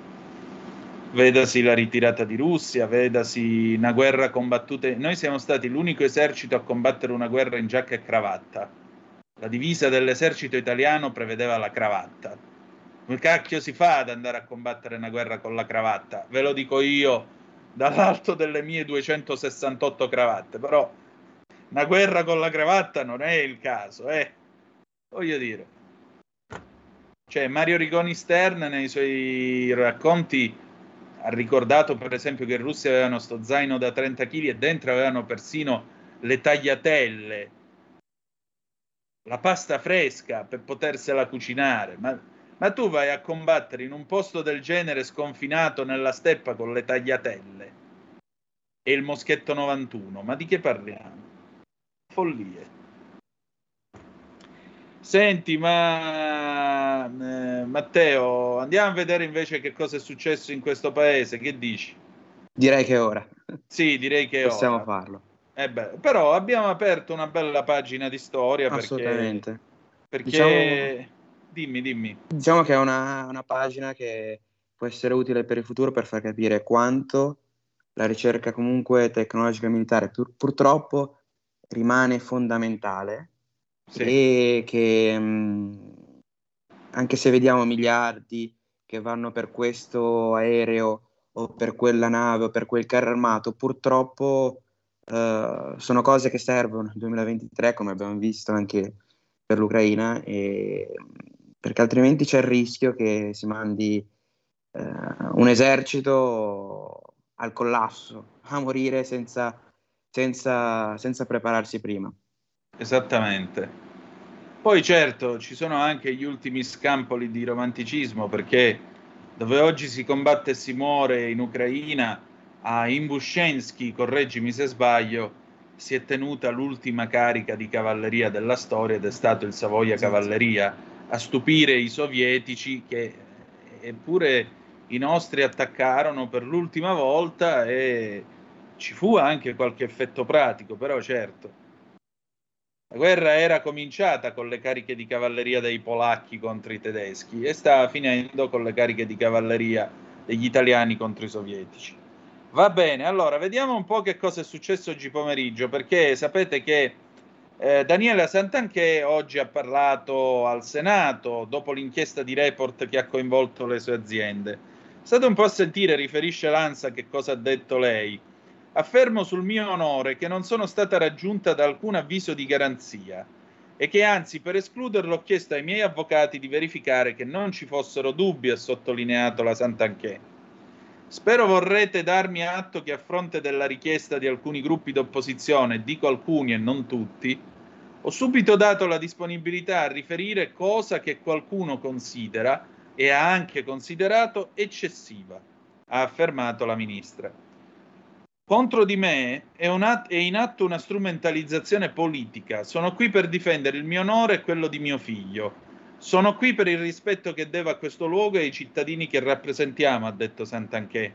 Vedasi la ritirata di Russia, vedasi una guerra combattuta. Noi siamo stati l'unico esercito a combattere una guerra in giacca e cravatta. La divisa dell'esercito italiano prevedeva la cravatta. Come cacchio si fa ad andare a combattere una guerra con la cravatta? Ve lo dico io dall'alto delle mie duecentosessantotto cravatte, però una guerra con la cravatta non è il caso, eh. Voglio dire. Cioè, Mario Rigoni Stern nei suoi racconti ha ricordato per esempio che in Russia avevano sto zaino da trenta chili e dentro avevano persino le tagliatelle, la pasta fresca per potersela cucinare. Ma, ma tu vai a combattere in un posto del genere sconfinato nella steppa con le tagliatelle e il moschetto novantuno, ma di che parliamo? Follie. Senti, ma eh, Matteo, andiamo a vedere invece che cosa è successo in questo paese, che dici? Direi che è ora. Sì, direi che è Possiamo ora. farlo. Eh beh, però abbiamo aperto una bella pagina di storia, perché, Assolutamente. perché... Diciamo, Dimmi, dimmi. diciamo che è una, una pagina che può essere utile per il futuro per far capire quanto la ricerca comunque tecnologica e militare pur- purtroppo rimane fondamentale, Sì, e che mh, anche se vediamo miliardi che vanno per questo aereo o per quella nave o per quel carro armato, purtroppo eh, sono cose che servono nel duemilaventitré, come abbiamo visto anche per l'Ucraina, e, perché altrimenti c'è il rischio che si mandi eh, un esercito al collasso, a morire senza, senza, senza prepararsi prima. esattamente. Poi certo, ci sono anche gli ultimi scampoli di romanticismo, perché dove oggi si combatte e si muore in Ucraina, a Imbushenski, correggimi se sbaglio, si è tenuta l'ultima carica di cavalleria della storia, ed è stato il Savoia Cavalleria a stupire i sovietici, che eppure i nostri attaccarono per l'ultima volta e Ci fu anche qualche effetto pratico, però certo. La guerra era cominciata con le cariche di cavalleria dei polacchi contro i tedeschi e stava finendo con le cariche di cavalleria degli italiani contro i sovietici. Va bene, allora vediamo un po' che cosa è successo oggi pomeriggio, perché sapete che eh, Daniela Santanchè oggi ha parlato al Senato dopo l'inchiesta di Report che ha coinvolto le sue aziende. State un po' a sentire, riferisce l'ANSA, che cosa ha detto lei. Affermo sul mio onore che non sono stata raggiunta da alcun avviso di garanzia e che anzi per escluderlo ho chiesto ai miei avvocati di verificare che non ci fossero dubbi, ha sottolineato la Santanchè. Spero vorrete darmi atto che a fronte della richiesta di alcuni gruppi d'opposizione, dico alcuni e non tutti, ho subito dato la disponibilità a riferire cosa che qualcuno considera e ha anche considerato eccessiva, ha affermato la ministra. Contro di me è, un att- è in atto una strumentalizzazione politica. Sono qui per difendere il mio onore e quello di mio figlio. Sono qui per il rispetto che devo a questo luogo e ai cittadini che rappresentiamo, ha detto Santanchè.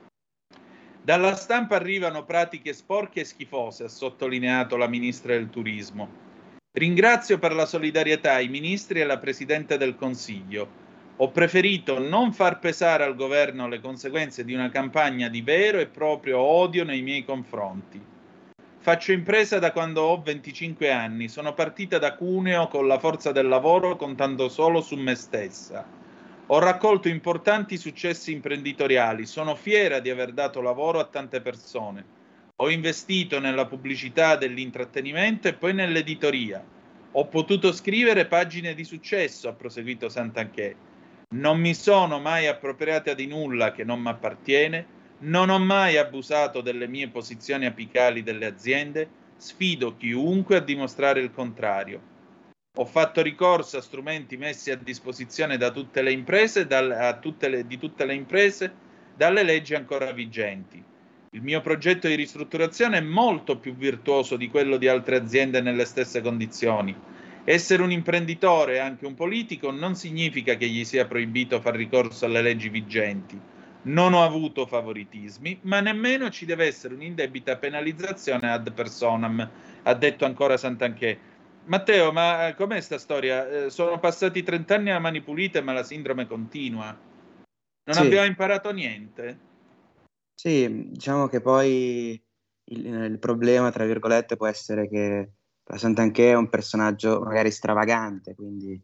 Dalla stampa arrivano pratiche sporche e schifose, ha sottolineato la ministra del Turismo. Ringrazio per la solidarietà i ministri e la Presidente del Consiglio. Ho preferito non far pesare al governo le conseguenze di una campagna di vero e proprio odio nei miei confronti. Faccio impresa da quando ho venticinque anni, sono partita da Cuneo con la forza del lavoro contando solo su me stessa. Ho raccolto importanti successi imprenditoriali, sono fiera di aver dato lavoro a tante persone. Ho investito nella pubblicità dell'intrattenimento e poi nell'editoria. Ho potuto scrivere pagine di successo, ha proseguito Santanchè. Non mi sono mai appropriata di nulla che non mi appartiene, non ho mai abusato delle mie posizioni apicali delle aziende, sfido chiunque a dimostrare il contrario. Ho fatto ricorso a strumenti messi a disposizione da tutte le imprese, dal, a tutte le, di tutte le imprese, dalle leggi ancora vigenti. Il mio progetto di ristrutturazione è molto più virtuoso di quello di altre aziende nelle stesse condizioni. Essere un imprenditore e anche un politico non significa che gli sia proibito far ricorso alle leggi vigenti. Non ho avuto favoritismi, ma nemmeno ci deve essere un'indebita penalizzazione ad personam, ha detto ancora Santanchè. Matteo, ma com'è sta storia? Eh, sono passati trent'anni a mani pulite, ma la sindrome continua. Non Sì, abbiamo imparato niente? sì, diciamo che poi il, il problema, tra virgolette, può essere che la Santanchè è un personaggio magari stravagante, quindi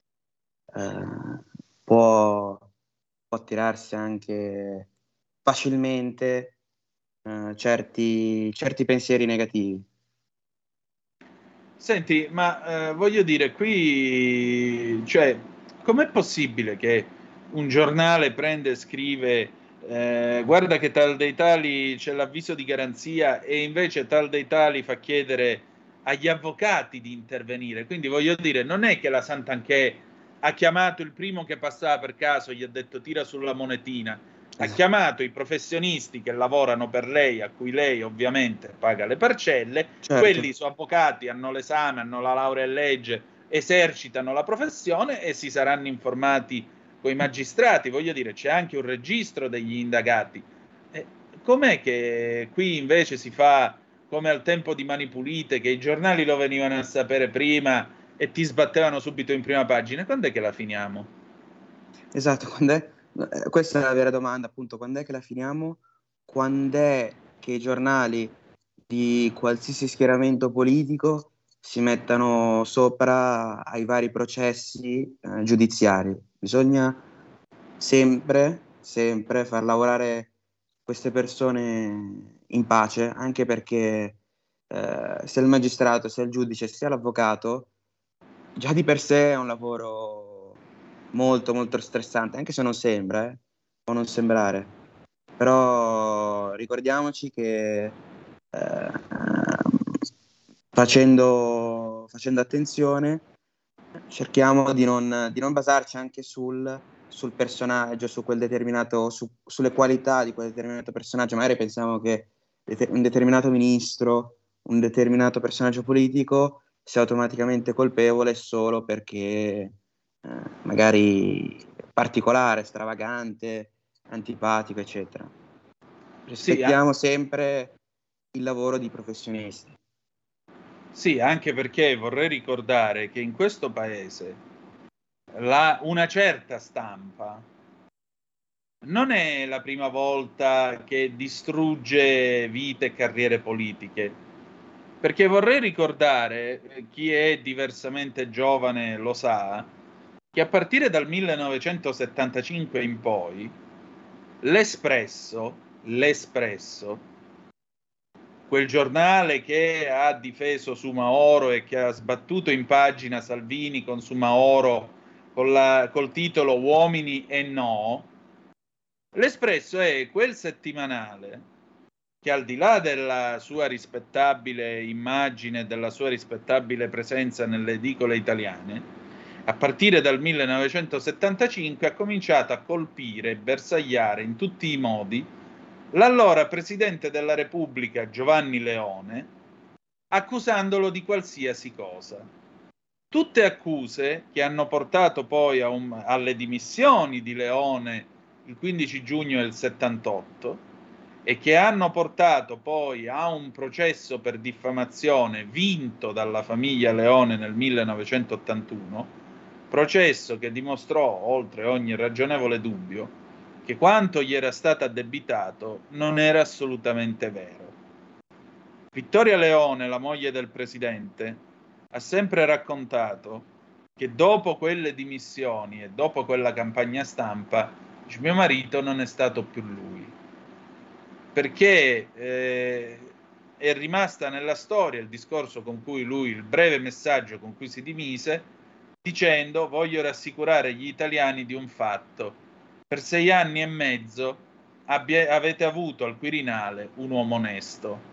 eh, può, può tirarsi anche facilmente eh, certi, certi pensieri negativi. Senti, ma eh, voglio dire, qui, cioè, com'è possibile che un giornale prende e scrive eh, guarda che tal dei tali c'è l'avviso di garanzia e invece tal dei tali fa chiedere agli avvocati di intervenire? Quindi voglio dire, non è che la Santanchè ha chiamato il primo che passava per caso, gli ha detto tira sulla monetina, ha chiamato i professionisti che lavorano per lei, a cui lei ovviamente paga le parcelle, Certo, quelli sono avvocati, hanno l'esame, hanno la laurea in legge, esercitano la professione e si saranno informati con i magistrati. Voglio dire, c'è anche un registro degli indagati. Eh, com'è che qui invece si fa come al tempo di Mani Pulite, che i giornali lo venivano a sapere prima e ti sbattevano subito in prima pagina? Quando è che la finiamo? esatto. Quando è, eh, questa è la vera domanda, appunto, quando è che la finiamo? Quando è che i giornali di qualsiasi schieramento politico si mettano sopra ai vari processi eh, giudiziari? Bisogna sempre, sempre far lavorare queste persone in pace, anche perché eh, sia il magistrato, sia il giudice, sia l'avvocato, già di per sé è un lavoro molto, molto stressante, anche se non sembra, eh, può non sembrare. Però ricordiamoci che eh, facendo, facendo attenzione cerchiamo di non, di non basarci anche sul, sul personaggio, su quel determinato, su, sulle qualità di quel determinato personaggio. Magari pensiamo che det- un determinato ministro, un determinato personaggio politico sia automaticamente colpevole solo perché eh, magari particolare, stravagante, antipatico, eccetera. Sì, ah, Rispettiamo sempre il lavoro di professionisti. Sì, anche perché vorrei ricordare che in questo paese la, una certa stampa non è la prima volta che distrugge vite e carriere politiche, perché vorrei ricordare, chi è diversamente giovane lo sa, che a partire dal millenovecentosettantacinque in poi l'Espresso, l'Espresso, quel giornale che ha difeso Soumahoro e che ha sbattuto in pagina Salvini con Soumahoro con la, col titolo Uomini e no, l'Espresso è quel settimanale che al di là della sua rispettabile immagine e della sua rispettabile presenza nelle edicole italiane, a partire dal millenovecentosettantacinque ha cominciato a colpire e bersagliare in tutti i modi l'allora Presidente della Repubblica Giovanni Leone, accusandolo di qualsiasi cosa. Tutte accuse che hanno portato poi a un, alle dimissioni di Leone il quindici giugno del settantotto e che hanno portato poi a un processo per diffamazione vinto dalla famiglia Leone nel millenovecentottantuno, processo che dimostrò, oltre ogni ragionevole dubbio, che quanto gli era stato addebitato non era assolutamente vero. Vittoria Leone, la moglie del presidente, ha sempre raccontato che dopo quelle dimissioni e dopo quella campagna stampa, mio marito non è stato più lui, perché eh, è rimasta nella storia il discorso con cui lui, il breve messaggio con cui si dimise, dicendo: voglio rassicurare gli italiani di un fatto, per sei anni e mezzo abbia, avete avuto al Quirinale un uomo onesto.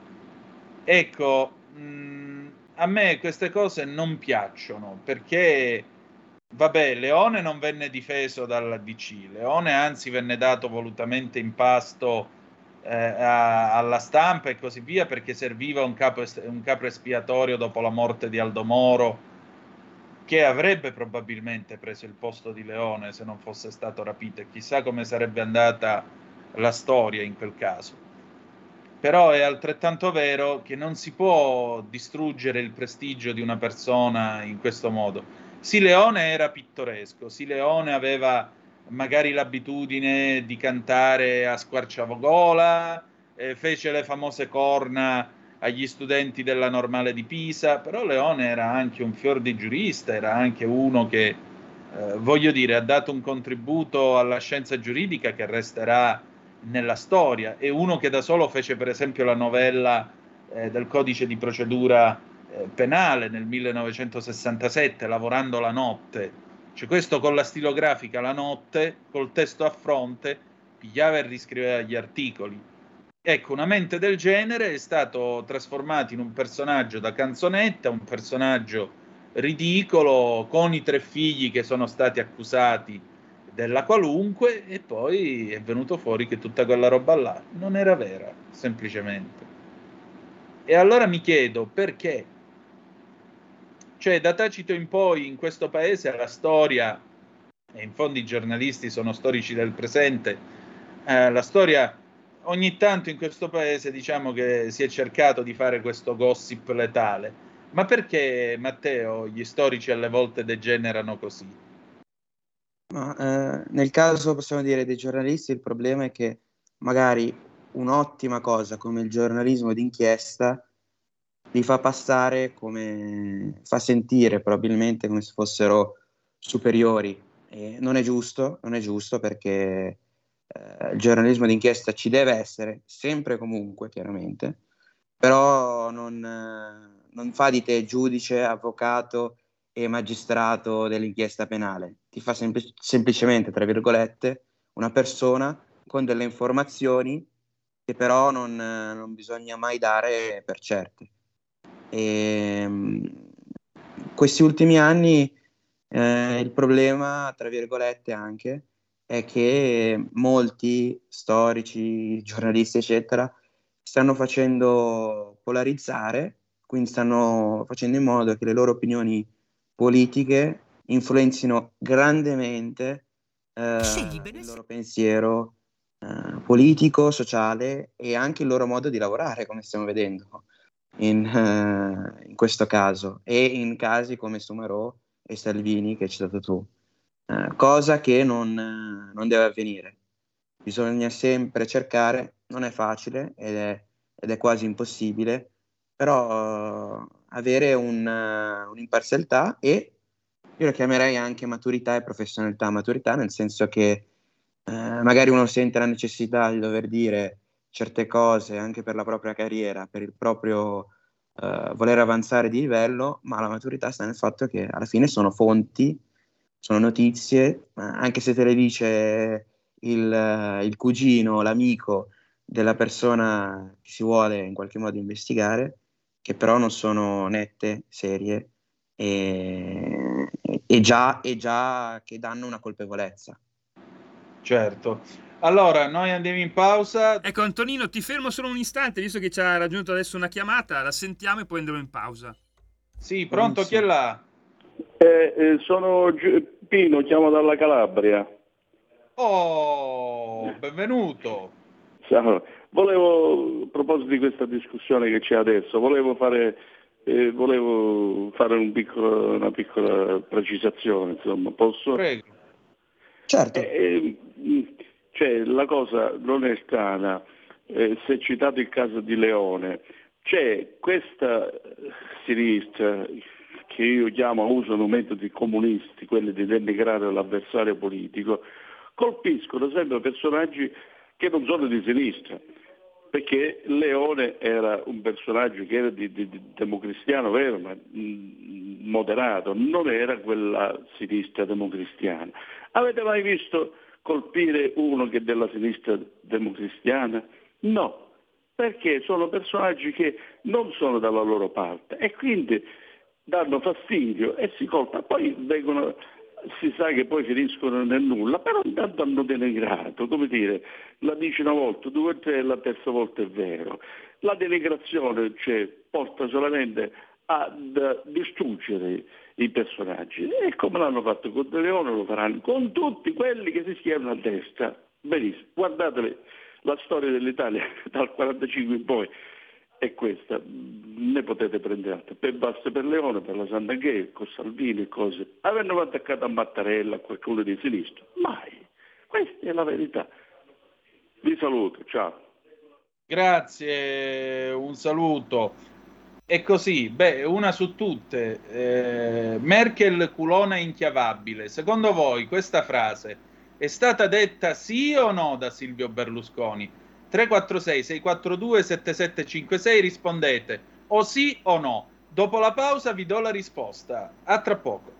Ecco, mh, a me queste cose non piacciono, perché vabbè, Leone non venne difeso dalla D C, Leone anzi venne dato volutamente in pasto eh, a, alla stampa e così via, perché serviva un capo, un capo espiatorio dopo la morte di Aldo Moro, che avrebbe probabilmente preso il posto di Leone se non fosse stato rapito, e chissà come sarebbe andata la storia in quel caso. Però è altrettanto vero che non si può distruggere il prestigio di una persona in questo modo. Sì, Leone era pittoresco, sì, Leone aveva magari l'abitudine di cantare a squarciagola, eh, fece le famose corna agli studenti della Normale di Pisa, però Leone era anche un fior di giurista, era anche uno che, eh, voglio dire, ha dato un contributo alla scienza giuridica che resterà nella storia. È uno che da solo fece per esempio la novella eh, del codice di procedura eh, penale nel millenovecentosessantasette, lavorando la notte, cioè questo con la stilografica la notte, col testo a fronte, pigliava e riscriveva gli articoli. Ecco, una mente del genere è stato trasformato in un personaggio da canzonetta, un personaggio ridicolo, con i tre figli che sono stati accusati della qualunque, e poi è venuto fuori che tutta quella roba là non era vera, semplicemente. E allora mi chiedo perché, cioè da Tacito in poi in questo paese la storia, e in fondo i giornalisti sono storici del presente, eh, la storia ogni tanto in questo paese diciamo che si è cercato di fare questo gossip letale. Ma perché, Matteo, gli storici alle volte degenerano così? Ma, eh, nel caso, possiamo dire, dei giornalisti, il problema è che magari un'ottima cosa come il giornalismo d'inchiesta li fa passare come, fa sentire probabilmente come se fossero superiori. E non è giusto, non è giusto perché eh, il giornalismo d'inchiesta ci deve essere, sempre e comunque, chiaramente, però non, eh, non fa di te giudice, avvocato e magistrato dell'inchiesta penale. Ti fa sempl- semplicemente, tra virgolette, una persona con delle informazioni che però non, eh, non bisogna mai dare per certe. E, mh, questi ultimi anni eh, il problema, tra virgolette, anche è che molti storici, giornalisti, eccetera, stanno facendo polarizzare, quindi stanno facendo in modo che le loro opinioni politiche influenzino grandemente eh, il loro pensiero eh, politico, sociale e anche il loro modo di lavorare, come stiamo vedendo in, uh, in questo caso, e in casi come Soumaoro e Salvini che hai citato tu, uh, cosa che non, uh, non deve avvenire. Bisogna sempre cercare, non è facile ed è, ed è quasi impossibile, però uh, avere un, uh, un'imparzialità e io la chiamerei anche maturità e professionalità. Maturità nel senso che uh, magari uno sente la necessità di dover dire certe cose anche per la propria carriera, per il proprio uh, voler avanzare di livello, ma la maturità sta nel fatto che alla fine sono fonti, sono notizie, uh, anche se te le dice il, uh, il cugino, l'amico della persona che si vuole in qualche modo investigare, che però non sono nette, serie e, e, già, e già che danno una colpevolezza. Certo. Allora, noi andiamo in pausa. Ecco, Antonino, ti fermo solo un istante, visto che ci ha raggiunto adesso una chiamata, la sentiamo e poi andremo in pausa. Sì, pronto, chi è là? Eh, eh, sono Gi- Pino, chiamo dalla Calabria. Oh, benvenuto. Ciao. Volevo, a proposito di questa discussione che c'è adesso, volevo fare, eh, volevo fare un piccolo, una piccola precisazione, insomma, posso? Prego. Certo. Eh, eh, cioè, la cosa non è strana, eh, se citato il caso di Leone, c'è questa sinistra che io chiamo, usano metodi comunisti, quelli di denigrare l'avversario politico, colpiscono sempre personaggi che non sono di sinistra, perché Leone era un personaggio che era di, di, di democristiano vero, ma mh, moderato, non era quella sinistra democristiana. Avete mai visto colpire uno che è della sinistra democristiana? No, perché sono personaggi che non sono dalla loro parte e quindi danno fastidio e si colpa. Poi vengono, si sa che poi finiscono nel nulla, però intanto hanno denigrato, come dire, la dici una volta, due o tre, la terza volta è vero. La denigrazione, cioè, porta solamente a distruggere i personaggi e come l'hanno fatto con De Leone lo faranno con tutti quelli che si schierano a destra. Benissimo, guardate la storia dell'Italia dal quarantacinque in poi è questa, ne potete prendere altre, per basta per Leone, per la Santanchè, con Salvini e cose. Avevano attaccato a Mattarella, a qualcuno di sinistra? Mai. Questa è la verità. Vi saluto, ciao. Grazie, un saluto. E così, beh, una su tutte, eh, Merkel culona inchiavabile. Secondo voi questa frase è stata detta sì o no da Silvio Berlusconi? tre quattro sei sei quattro due sette sette cinque sei, rispondete o sì o no. Dopo la pausa vi do la risposta. A tra poco.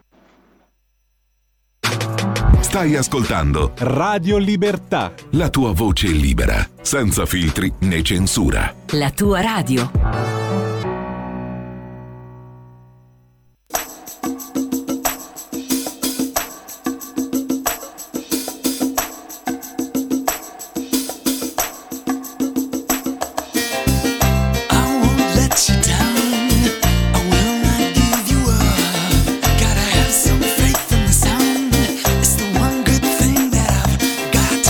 Stai ascoltando Radio Libertà, la tua voce libera, senza filtri né censura. La tua radio.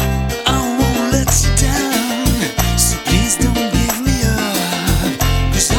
Please don't give me up.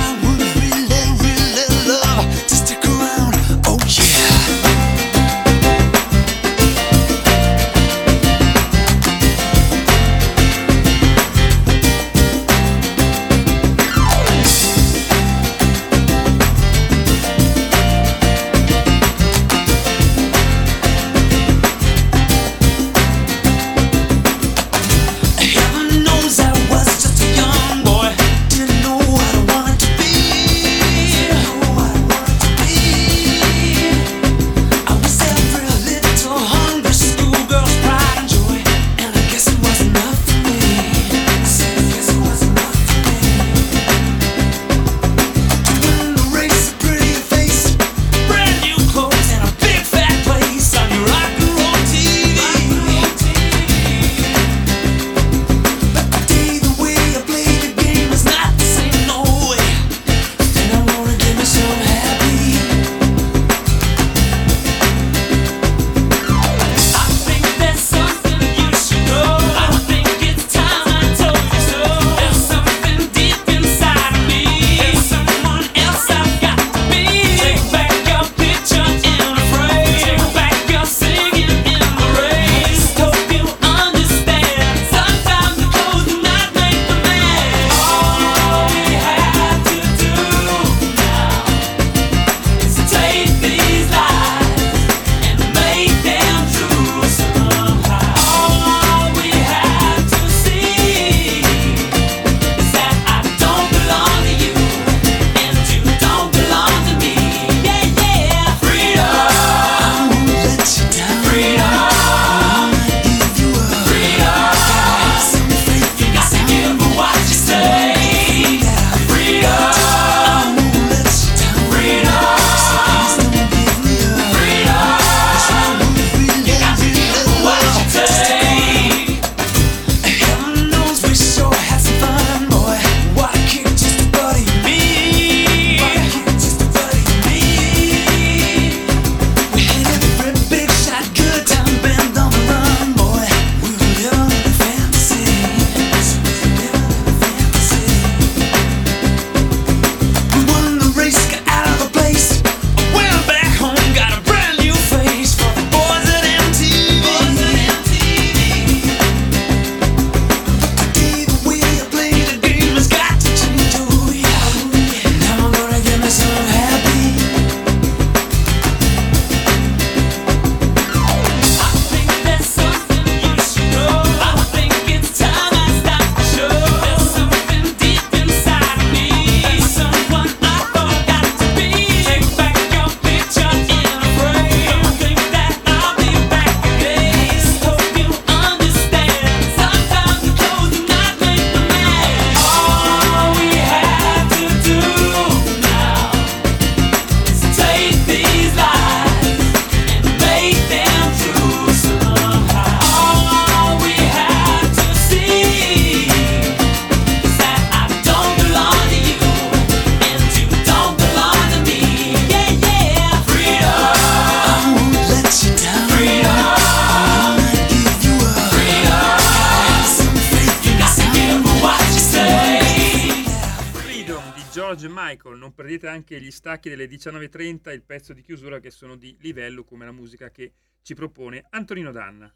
George Michael. Non perdete anche gli stacchi delle diciannove e trenta, il pezzo di chiusura, che sono di livello come la musica che ci propone Antonino Danna.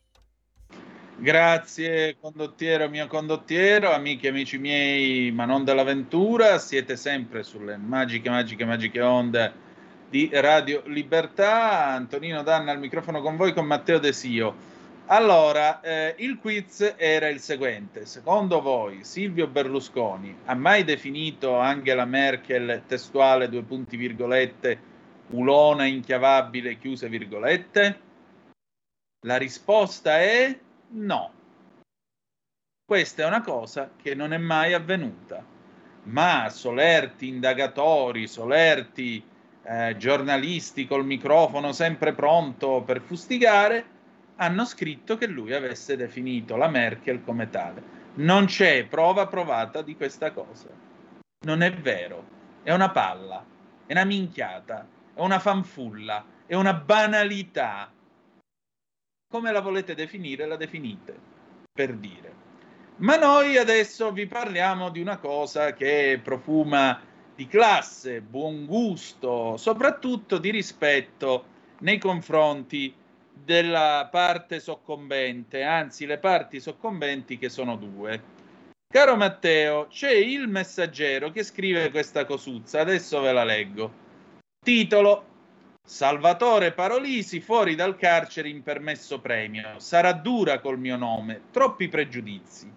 Grazie condottiero, mio condottiero, amiche e amici miei, ma non dell'avventura, siete sempre sulle magiche, magiche, magiche onde di Radio Libertà. Antonino Danna al microfono con voi, con Matteo De Sio. Allora, eh, il quiz era il seguente: secondo voi Silvio Berlusconi ha mai definito Angela Merkel, testuale, due punti virgolette, ulona inchiavabile, chiuse virgolette? La risposta è no. Questa è una cosa che non è mai avvenuta, ma solerti indagatori, solerti eh, giornalisti col microfono sempre pronto per fustigare hanno scritto che lui avesse definito la Merkel come tale. Non c'è prova provata di questa cosa. Non è vero. È una palla, è una minchiata, è una fanfulla, è una banalità. Come la volete definire, la definite, per dire. Ma noi adesso vi parliamo di una cosa che profuma di classe, buon gusto, soprattutto di rispetto nei confronti della parte soccombente, anzi le parti soccombenti che sono due. Caro Matteo, c'è il Messaggero che scrive questa cosuzza, adesso ve la leggo. Titolo: Salvatore Parolisi fuori dal carcere in permesso premio. Sarà dura col mio nome, troppi pregiudizi.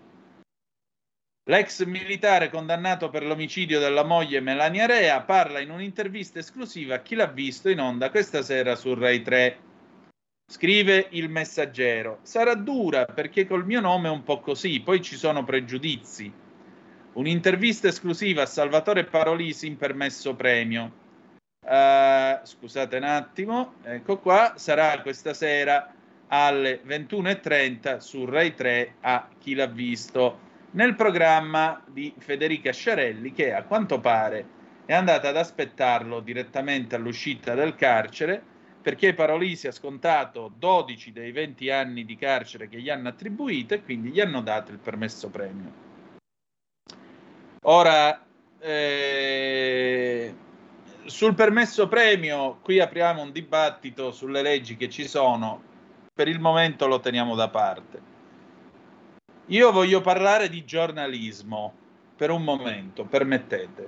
L'ex militare condannato per l'omicidio della moglie Melania Rea parla in un'intervista esclusiva a Chi l'ha visto in onda questa sera su Rai tre. Scrive il Messaggero: sarà dura perché col mio nome è un po' così, poi ci sono pregiudizi. Un'intervista esclusiva a Salvatore Parolisi in permesso premio. Uh, scusate un attimo, ecco qua, sarà questa sera alle ventuno e trenta su Rai tre a Chi l'ha visto, nel programma di Federica Sciarelli, che a quanto pare è andata ad aspettarlo direttamente all'uscita del carcere, perché Parolisi ha scontato dodici dei venti anni di carcere che gli hanno attribuito e quindi gli hanno dato il permesso premio. Ora, eh, sul permesso premio, qui apriamo un dibattito sulle leggi che ci sono, per il momento lo teniamo da parte. Io voglio parlare di giornalismo per un momento, permettete.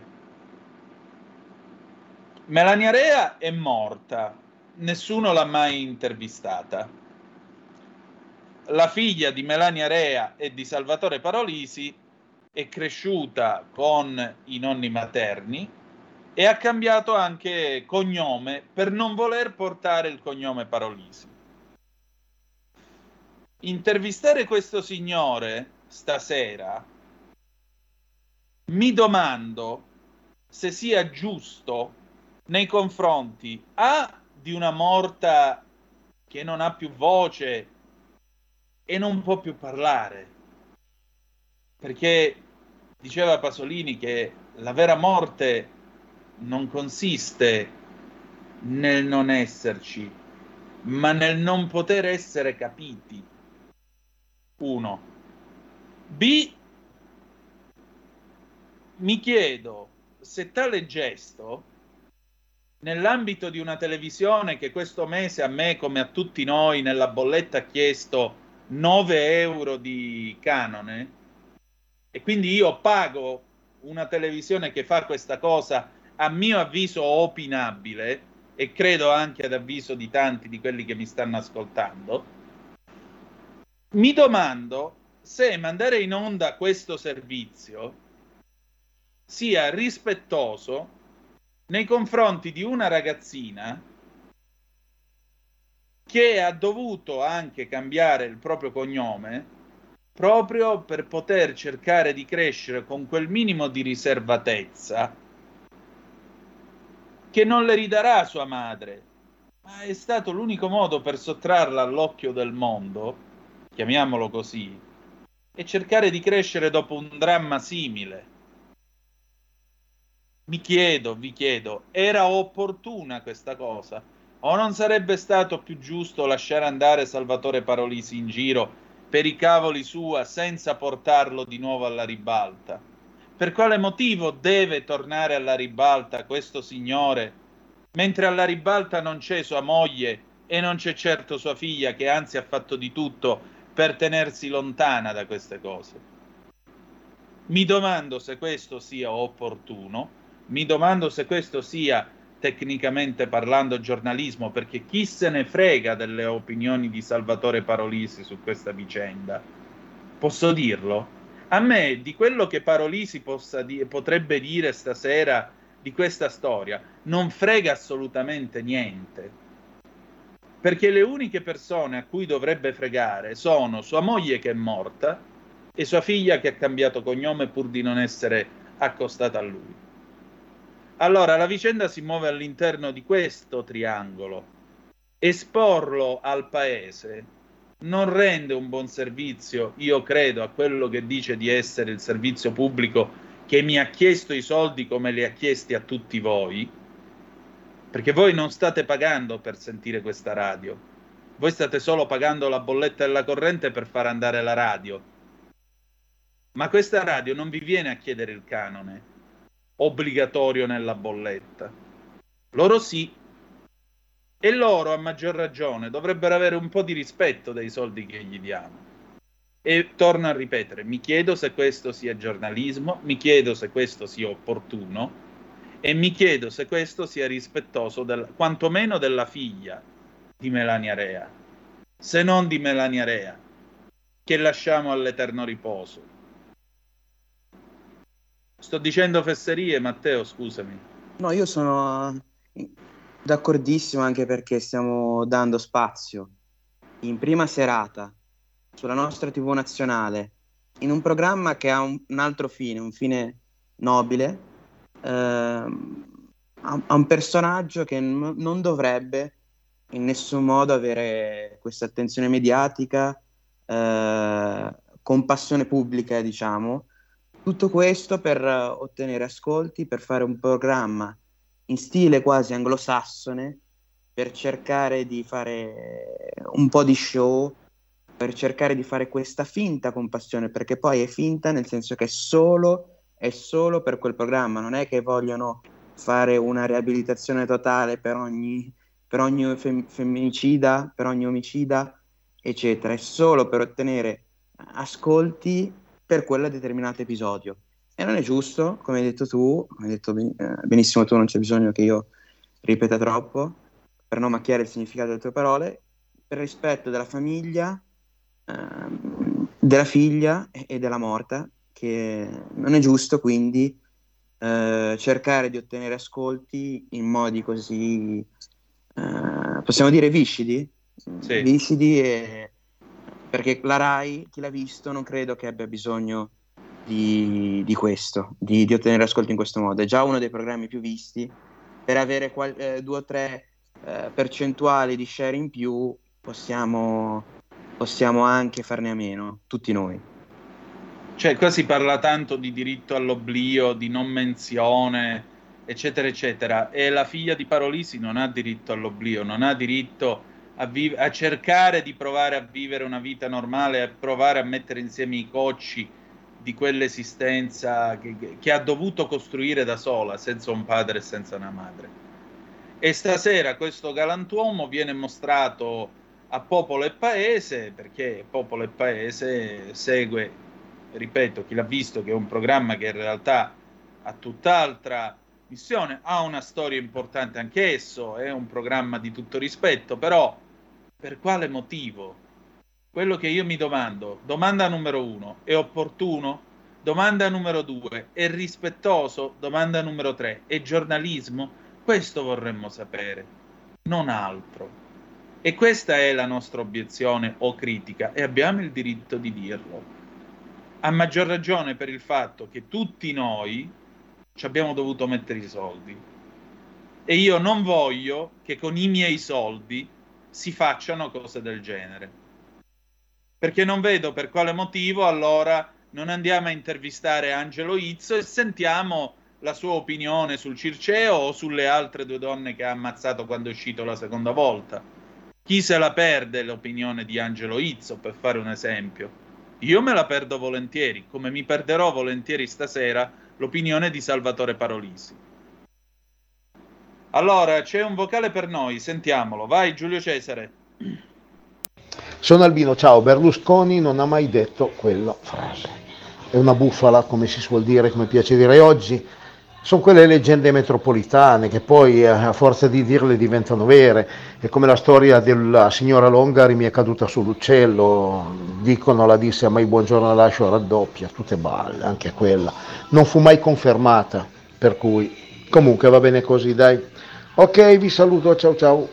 Melania Rea è morta. Nessuno l'ha mai intervistata. La figlia di Melania Rea e di Salvatore Parolisi è cresciuta con i nonni materni e ha cambiato anche cognome per non voler portare il cognome Parolisi. Intervistare questo signore stasera, mi domando se sia giusto nei confronti a di una morta che non ha più voce e non può più parlare, perché diceva Pasolini che la vera morte non consiste nel non esserci, ma nel non poter essere capiti. Uno. B. Mi chiedo se tale gesto, nell'ambito di una televisione che questo mese a me, come a tutti noi, nella bolletta ha chiesto nove euro di canone, e quindi io pago una televisione che fa questa cosa, a mio avviso opinabile, e credo anche ad avviso di tanti di quelli che mi stanno ascoltando, mi domando se mandare in onda questo servizio sia rispettoso nei confronti di una ragazzina che ha dovuto anche cambiare il proprio cognome proprio per poter cercare di crescere con quel minimo di riservatezza che non le ridarà sua madre, ma è stato l'unico modo per sottrarla all'occhio del mondo, chiamiamolo così, e cercare di crescere dopo un dramma simile. Mi chiedo, vi chiedo, era opportuna questa cosa? O non sarebbe stato più giusto lasciare andare Salvatore Parolisi in giro per i cavoli sua senza portarlo di nuovo alla ribalta? Per quale motivo deve tornare alla ribalta questo signore, mentre alla ribalta non c'è sua moglie e non c'è certo sua figlia, che anzi ha fatto di tutto per tenersi lontana da queste cose? Mi domando se questo sia opportuno, mi domando se questo sia, tecnicamente parlando, giornalismo, perché chi se ne frega delle opinioni di Salvatore Parolisi su questa vicenda? Posso dirlo? A me di quello che Parolisi possa di- potrebbe dire stasera di questa storia non frega assolutamente niente, perché le uniche persone a cui dovrebbe fregare sono sua moglie che è morta e sua figlia che ha cambiato cognome pur di non essere accostata a lui. Allora la vicenda si muove all'interno di questo triangolo. Esporlo al paese non rende un buon servizio, io credo, a quello che dice di essere il servizio pubblico che mi ha chiesto i soldi come li ha chiesti a tutti voi, perché voi non state pagando per sentire questa radio, voi state solo pagando la bolletta della corrente per far andare la radio, ma questa radio non vi viene a chiedere il canone obbligatorio nella bolletta, loro sì. E loro, a maggior ragione, dovrebbero avere un po' di rispetto dei soldi che gli diamo. E torno a ripetere, mi chiedo se questo sia giornalismo, mi chiedo se questo sia opportuno e mi chiedo se questo sia rispettoso del, quantomeno della figlia di Melania Rea, se non di Melania Rea, che lasciamo all'eterno riposo. Sto dicendo fesserie, Matteo, scusami. No, io sono d'accordissimo, anche perché stiamo dando spazio in prima serata sulla nostra tivù nazionale in un programma che ha un, un altro fine, un fine nobile, ehm, a, a un personaggio che n- non dovrebbe in nessun modo avere questa attenzione mediatica, eh, compassione pubblica, diciamo. Tutto questo per uh, ottenere ascolti, per fare un programma in stile quasi anglosassone, per cercare di fare un po' di show, per cercare di fare questa finta compassione, perché poi è finta nel senso che è solo, è solo per quel programma, non è che vogliono fare una riabilitazione totale per ogni, per ogni fem- femminicida, per ogni omicida, eccetera, è solo per ottenere ascolti per quel determinato episodio. E non è giusto, come hai detto tu, come hai detto ben- eh, benissimo tu, non c'è bisogno che io ripeta troppo, per non macchiare il significato delle tue parole, per rispetto della famiglia, ehm, della figlia e, e della morta, che non è giusto quindi eh, cercare di ottenere ascolti in modi così, eh, possiamo dire, viscidi, Sì. viscidi e... perché la Rai, chi l'ha visto, non credo che abbia bisogno di, di questo, di, di ottenere ascolti in questo modo. È già uno dei programmi più visti. Per avere qual- eh, due o tre eh, percentuali di share in più possiamo, possiamo anche farne a meno, tutti noi. Cioè, qua si parla tanto di diritto all'oblio, di non menzione, eccetera, eccetera, e la figlia di Parolisi non ha diritto all'oblio, non ha diritto a, vive- a cercare di provare a vivere una vita normale, a provare a mettere insieme i cocci di quell'esistenza che, che ha dovuto costruire da sola, senza un padre e senza una madre. E stasera questo galantuomo viene mostrato a Popolo e Paese, perché Popolo e Paese segue, ripeto, chi l'ha visto, che è un programma che in realtà ha tutt'altra missione, ha una storia importante anche esso, è un programma di tutto rispetto, però per quale motivo? Quello che io mi domando, domanda numero uno, è opportuno? Domanda numero due, è rispettoso? Domanda numero tre, è giornalismo? Questo vorremmo sapere, non altro. E questa è la nostra obiezione o critica, e abbiamo il diritto di dirlo. A maggior ragione per il fatto che tutti noi ci abbiamo dovuto mettere i soldi. E io non voglio che con i miei soldi si facciano cose del genere. Perché non vedo per quale motivo allora non andiamo a intervistare Angelo Izzo e sentiamo la sua opinione sul Circeo o sulle altre due donne che ha ammazzato quando è uscito la seconda volta. Chi se la perde l'opinione di Angelo Izzo, per fare un esempio? Io me la perdo volentieri, come mi perderò volentieri stasera l'opinione di Salvatore Parolisi. Allora, c'è un vocale per noi, sentiamolo. Vai Giulio Cesare. Sono Albino, ciao. Berlusconi non ha mai detto quella frase. È una bufala, come si suol dire, come piace dire oggi. Sono quelle leggende metropolitane che poi a forza di dirle diventano vere. È come la storia della signora Longari mi è caduta sull'uccello, dicono la disse a mai buongiorno lascio raddoppia, tutte balle, anche quella. Non fu mai confermata, per cui comunque va bene così, dai. Ok, vi saluto, ciao ciao.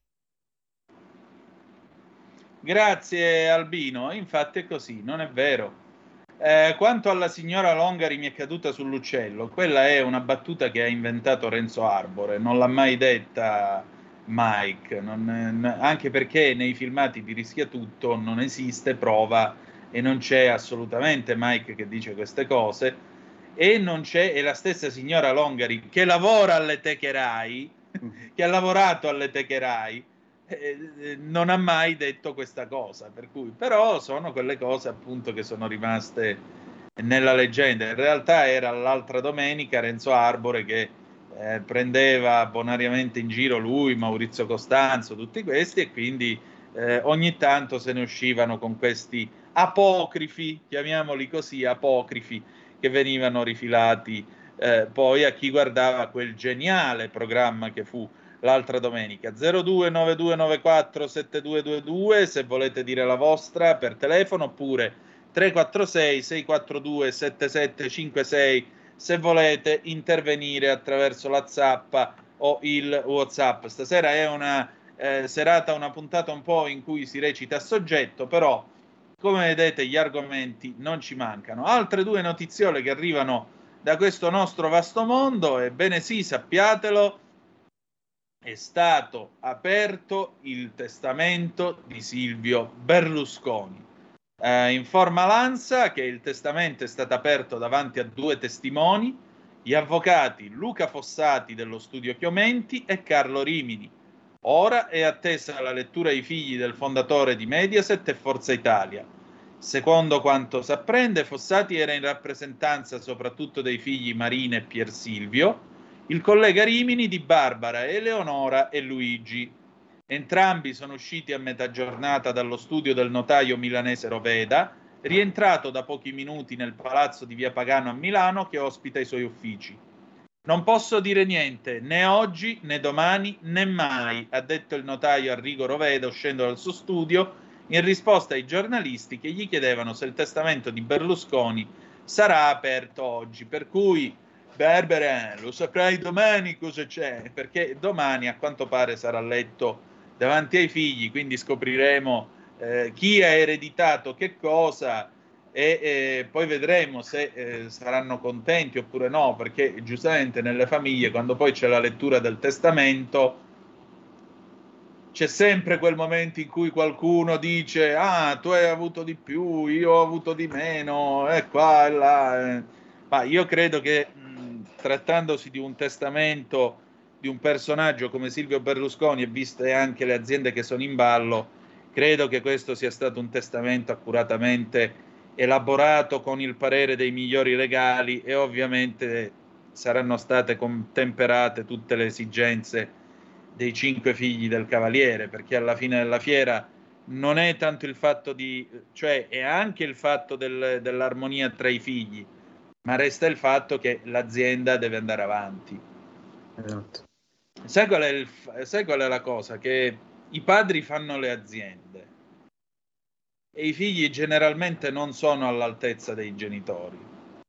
Grazie Albino, infatti è così, non è vero. Eh, quanto alla signora Longari mi è caduta sull'uccello, quella è una battuta che ha inventato Renzo Arbore, non l'ha mai detta Mike, non, anche perché nei filmati di Rischia Tutto non esiste prova e non c'è assolutamente Mike che dice queste cose, e non c'è, è la stessa signora Longari che lavora alle Teche Rai, che ha lavorato alle Teche Rai, eh, non ha mai detto questa cosa, per cui però sono quelle cose appunto che sono rimaste nella leggenda. In realtà era l'altra domenica Renzo Arbore che eh, prendeva bonariamente in giro lui, Maurizio Costanzo, tutti questi, e quindi eh, ogni tanto se ne uscivano con questi apocrifi, chiamiamoli così, apocrifi, che venivano rifilati eh, poi a chi guardava quel geniale programma che fu l'altra domenica. Zero due nove due nove quattro sette due due due se volete dire la vostra per telefono, oppure tre quattro sei sei quattro due sette sette cinque sei se volete intervenire attraverso la zappa o il WhatsApp. Stasera è una eh, serata, una puntata un po' in cui si recita a soggetto, però come vedete gli argomenti non ci mancano. Altre due notiziole che arrivano da questo nostro vasto mondo, ebbene sì, sappiatelo, è stato aperto il testamento di Silvio Berlusconi. Eh, informa l'Ansa che il testamento è stato aperto davanti a due testimoni, gli avvocati Luca Fossati dello studio Chiomenti e Carlo Rimini. Ora è attesa la lettura ai figli del fondatore di Mediaset e Forza Italia. Secondo quanto si apprende, Fossati era in rappresentanza soprattutto dei figli Marina e Pier Silvio, il collega Rimini di Barbara, Eleonora e Luigi. Entrambi sono usciti a metà giornata dallo studio del notaio milanese Roveda, rientrato da pochi minuti nel palazzo di Via Pagano a Milano che ospita i suoi uffici. Non posso dire niente, né oggi, né domani, né mai, ha detto il notaio Arrigo Roveda uscendo dal suo studio in risposta ai giornalisti che gli chiedevano se il testamento di Berlusconi sarà aperto oggi. Per cui, Barbara, lo saprai domani cosa c'è, perché domani a quanto pare sarà letto davanti ai figli, quindi scopriremo eh, chi ha ereditato che cosa e eh, poi vedremo se eh, saranno contenti oppure no, perché giustamente nelle famiglie quando poi c'è la lettura del testamento c'è sempre quel momento in cui qualcuno dice ah, tu hai avuto di più, io ho avuto di meno, e qua e là. Ma io credo che mh, trattandosi di un testamento di un personaggio come Silvio Berlusconi e viste anche le aziende che sono in ballo, credo che questo sia stato un testamento accuratamente elaborato con il parere dei migliori legali e ovviamente saranno state contemperate tutte le esigenze dei cinque figli del cavaliere, perché alla fine della fiera non è tanto il fatto di, cioè è anche il fatto del, dell'armonia tra i figli, ma resta il fatto che l'azienda deve andare avanti. Esatto. Sai qual è, il, sai qual è la cosa? Che i padri fanno le aziende e i figli generalmente non sono all'altezza dei genitori.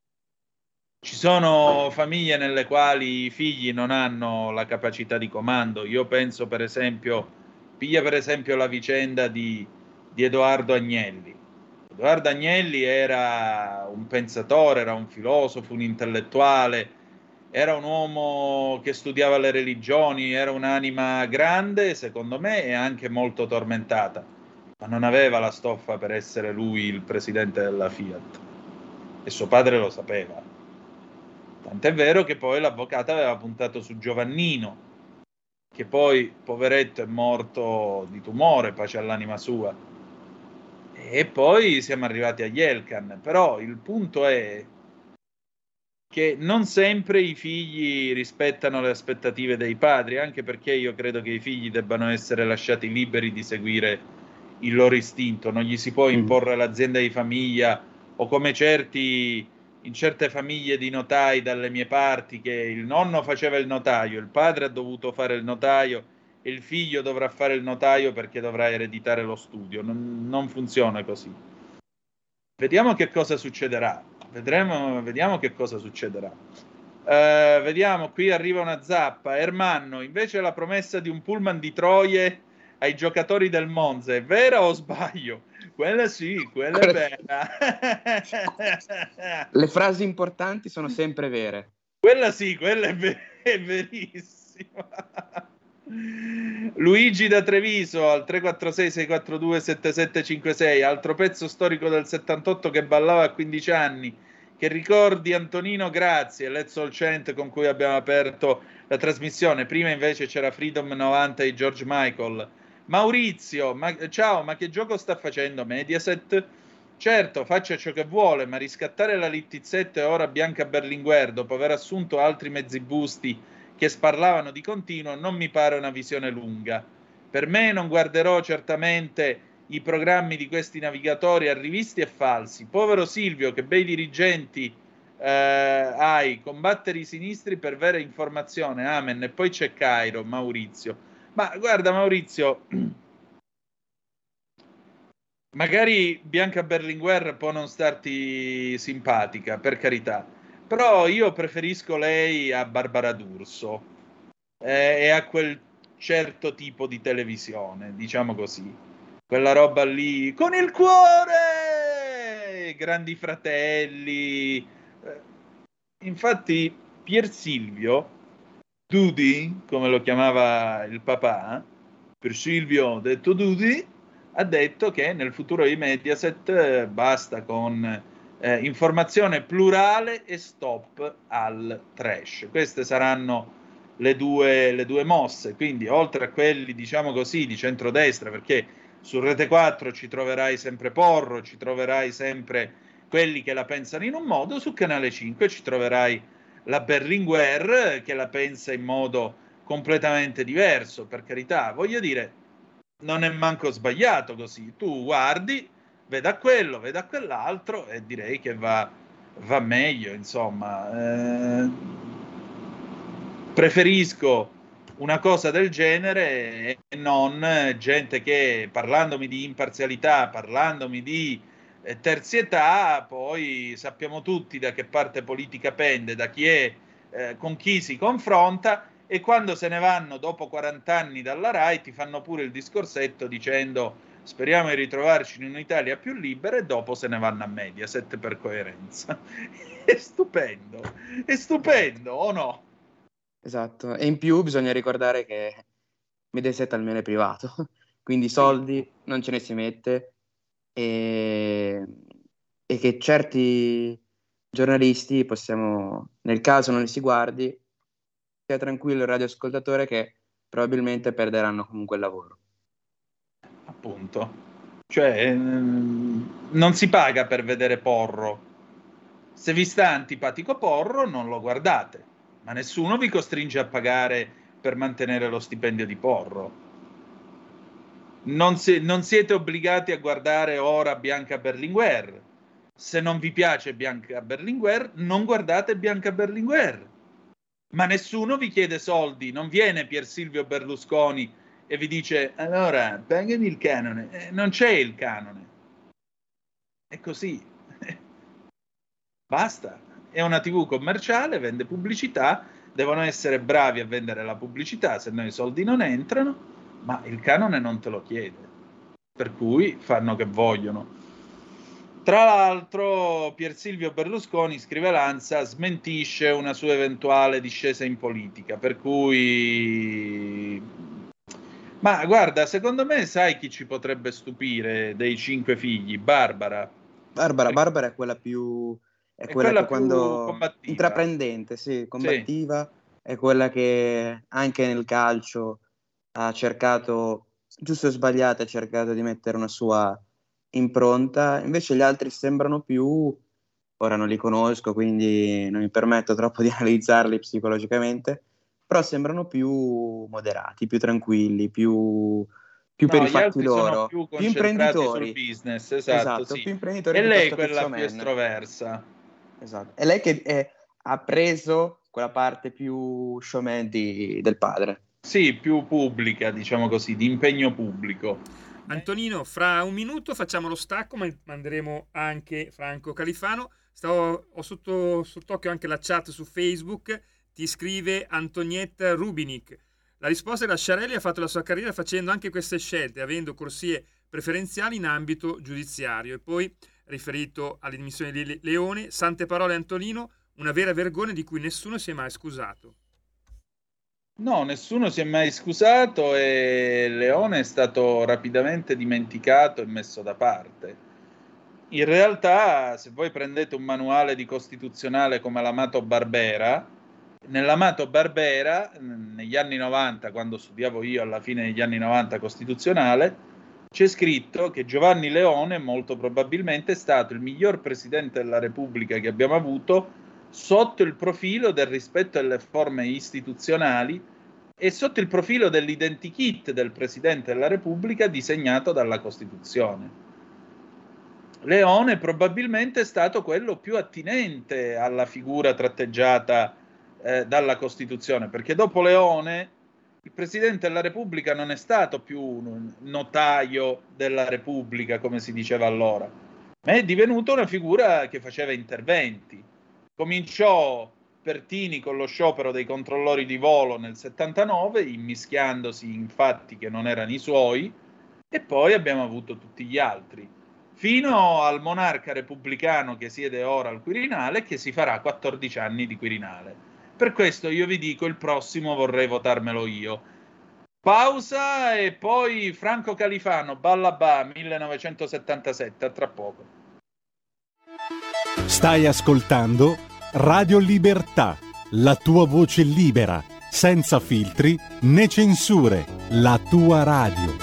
Ci sono famiglie nelle quali i figli non hanno la capacità di comando. Io penso per esempio, piglia per esempio la vicenda di, di Edoardo Agnelli. Edoardo Agnelli era un pensatore, era un filosofo, un intellettuale, era un uomo che studiava le religioni, era un'anima grande, secondo me, e anche molto tormentata, ma non aveva la stoffa per essere lui il presidente della Fiat. E suo padre lo sapeva. Tant'è vero che poi l'avvocato aveva puntato su Giovannino, che poi, poveretto, è morto di tumore, pace all'anima sua. E poi siamo arrivati agli Elkan. Però il punto è che non sempre i figli rispettano le aspettative dei padri, anche perché io credo che i figli debbano essere lasciati liberi di seguire il loro istinto, non gli si può imporre l'azienda di famiglia, o come certi in certe famiglie di notai dalle mie parti, che il nonno faceva il notaio, il padre ha dovuto fare il notaio e il figlio dovrà fare il notaio perché dovrà ereditare lo studio. Non, non funziona così. Vediamo che cosa succederà. Vedremo, vediamo che cosa succederà. Uh, vediamo, qui arriva una zappa. Ermanno, invece la promessa di un pullman di Troie ai giocatori del Monza, è vera o sbaglio? Quella sì, quella è vera. Le frasi importanti sono sempre vere. Quella sì, quella è, ver- è verissima. Luigi da Treviso al tre quattro sei sei quattro due sette sette cinque sei, altro pezzo storico del settantotto che ballava a quindici anni. Che ricordi Antonino, grazie. Let's All Chant con cui abbiamo aperto la trasmissione. Prima invece c'era Freedom novanta e George Michael. Maurizio, ma, ciao, ma che gioco sta facendo Mediaset? Certo, faccia ciò che vuole, ma riscattare la Littizzetto e ora Bianca Berlinguer dopo aver assunto altri mezzi busti che sparlavano di continuo non mi pare una visione lunga. Per me non guarderò certamente i programmi di questi navigatori arrivisti e falsi. Povero Silvio, che bei dirigenti eh, hai, combattere i sinistri per vera informazione, amen. E poi c'è Cairo, Maurizio. Ma guarda Maurizio, magari Bianca Berlinguer può non starti simpatica, per carità, però io preferisco lei a Barbara D'Urso eh, e a quel certo tipo di televisione, diciamo così. Quella roba lì, con il cuore, Grandi Fratelli. Infatti Pier Silvio Dudi, come lo chiamava il papà, per Silvio detto Dudi, ha detto che nel futuro di Mediaset eh, basta con eh, informazione plurale e stop al trash. Queste saranno le due, le due mosse, quindi oltre a quelli, diciamo così, di centrodestra, perché su Rete quattro ci troverai sempre Porro, ci troverai sempre quelli che la pensano in un modo, su Canale cinque ci troverai la Berlinguer che la pensa in modo completamente diverso, per carità. Voglio dire, non è manco sbagliato così. Tu guardi, veda quello, veda quell'altro e direi che va, va meglio, insomma. Eh, preferisco una cosa del genere e non gente che, parlandomi di imparzialità, parlandomi di eh, terzietà, poi sappiamo tutti da che parte politica pende, da chi è, eh, con chi si confronta, e quando se ne vanno dopo quaranta anni dalla Rai ti fanno pure il discorsetto dicendo speriamo di ritrovarci in un'Italia più libera, e dopo se ne vanno a Mediaset per coerenza. È stupendo, è stupendo, o no? Esatto, e in più bisogna ricordare che Mediaset almeno è privato, quindi soldi non ce ne si mette, e, e che certi giornalisti possiamo, nel caso non li si guardi, sia tranquillo il radioascoltatore che probabilmente perderanno comunque il lavoro. Appunto, cioè ehm, non si paga per vedere Porro. Se vi sta antipatico Porro non lo guardate, ma nessuno vi costringe a pagare per mantenere lo stipendio di Porro. Non, si, non siete obbligati a guardare ora Bianca Berlinguer. Se non vi piace Bianca Berlinguer, non guardate Bianca Berlinguer. Ma nessuno vi chiede soldi, non viene Pier Silvio Berlusconi e vi dice allora pagami il canone. Eh, non c'è il canone. È così. Basta. È una tivù commerciale, vende pubblicità, devono essere bravi a vendere la pubblicità, se no i soldi non entrano, ma il canone non te lo chiede. Per cui fanno che vogliono. Tra l'altro Pier Silvio Berlusconi, scrive Lanza, smentisce una sua eventuale discesa in politica, per cui... Ma guarda, secondo me sai chi ci potrebbe stupire dei cinque figli? Barbara. Barbara, Barbara è quella più... È, È quella, quella che più quando... combattiva. Intraprendente, sì, combattiva, sì. È quella che anche nel calcio ha cercato, giusto o sbagliato, ha cercato di mettere una sua impronta. Invece gli altri sembrano più ora non li conosco, quindi non mi permetto troppo di analizzarli psicologicamente, però sembrano più moderati, più tranquilli, più, più No, per i gli fatti altri sono loro, più più concentrati sul imprenditori. business, esatto, Esatto, sì. più imprenditori E lei piuttosto che quella più showman. estroversa. Esatto. È lei che è- ha preso quella parte più showman di- del padre. Sì, più pubblica, diciamo così, di impegno pubblico. Antonino, fra un minuto facciamo lo stacco, ma manderemo anche Franco Califano. Stavo, ho sotto, sott'occhio anche la chat su Facebook, ti scrive Antonietta Rubinic. La risposta è che la Sciarelli ha fatto la sua carriera facendo anche queste scelte, avendo corsie preferenziali in ambito giudiziario. E poi, riferito alle dimissioni di Leone, sante parole Antonino, una vera vergogna di cui nessuno si è mai scusato. No, nessuno si è mai scusato e Leone è stato rapidamente dimenticato e messo da parte. In realtà, se voi prendete un manuale di costituzionale come l'Amato Barbera, nell'Amato Barbera, negli anni novanta, quando studiavo io alla fine degli anni novanta costituzionale, c'è scritto che Giovanni Leone molto probabilmente è stato il miglior presidente della Repubblica che abbiamo avuto sotto il profilo del rispetto delle forme istituzionali e sotto il profilo dell'identikit del Presidente della Repubblica disegnato dalla Costituzione. Leone probabilmente è stato quello più attinente alla figura tratteggiata eh, dalla Costituzione, perché dopo Leone il Presidente della Repubblica non è stato più un notaio della Repubblica, come si diceva allora, ma è divenuto una figura che faceva interventi. Cominciò Pertini con lo sciopero dei controllori di volo nel settantanove, immischiandosi in fatti che non erano i suoi, e poi abbiamo avuto tutti gli altri, fino al monarca repubblicano che siede ora al Quirinale, che si farà quattordici anni di Quirinale. Per questo io vi dico, il prossimo vorrei votarmelo io. Pausa e poi Franco Califano, Balla Ba, millenovecentosettantasette, a tra poco. Stai ascoltando Radio Libertà, la tua voce libera, senza filtri né censure, la tua radio.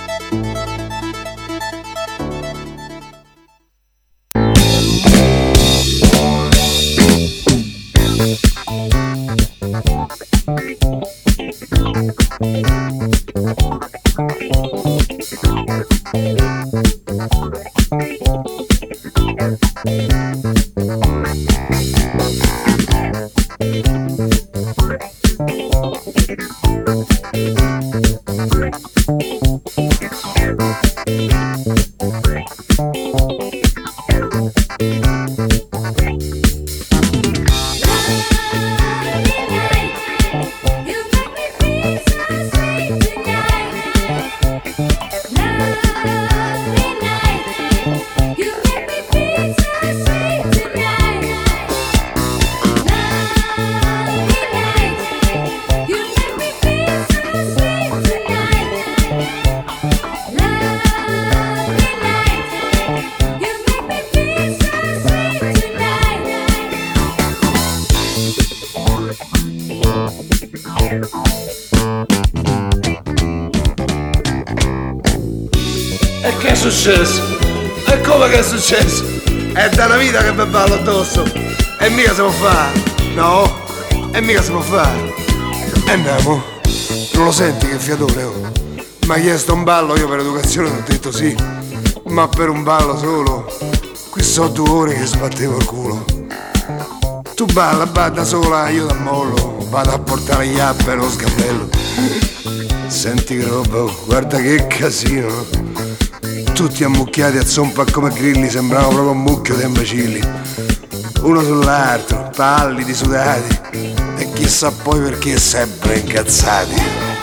E che è successo? E come che è successo? È da una vita che mi ballo addosso. E mica si può fare. No, e mica si può fare. E andiamo. Non lo senti che fiatore, oh? Mi ha chiesto un ballo, io per educazione ti ho detto sì. Ma per un ballo solo, qui so due ore che sbattevo il culo. Tu balla, bada sola, io da mollo. Vado a portare gli app e lo sgambello. Senti che roba, oh, guarda che casino. Tutti ammucchiati a zompa come grilli, sembravano proprio un mucchio di imbecilli. Uno sull'altro, pallidi, sudati. E chissà poi perché sempre incazzati.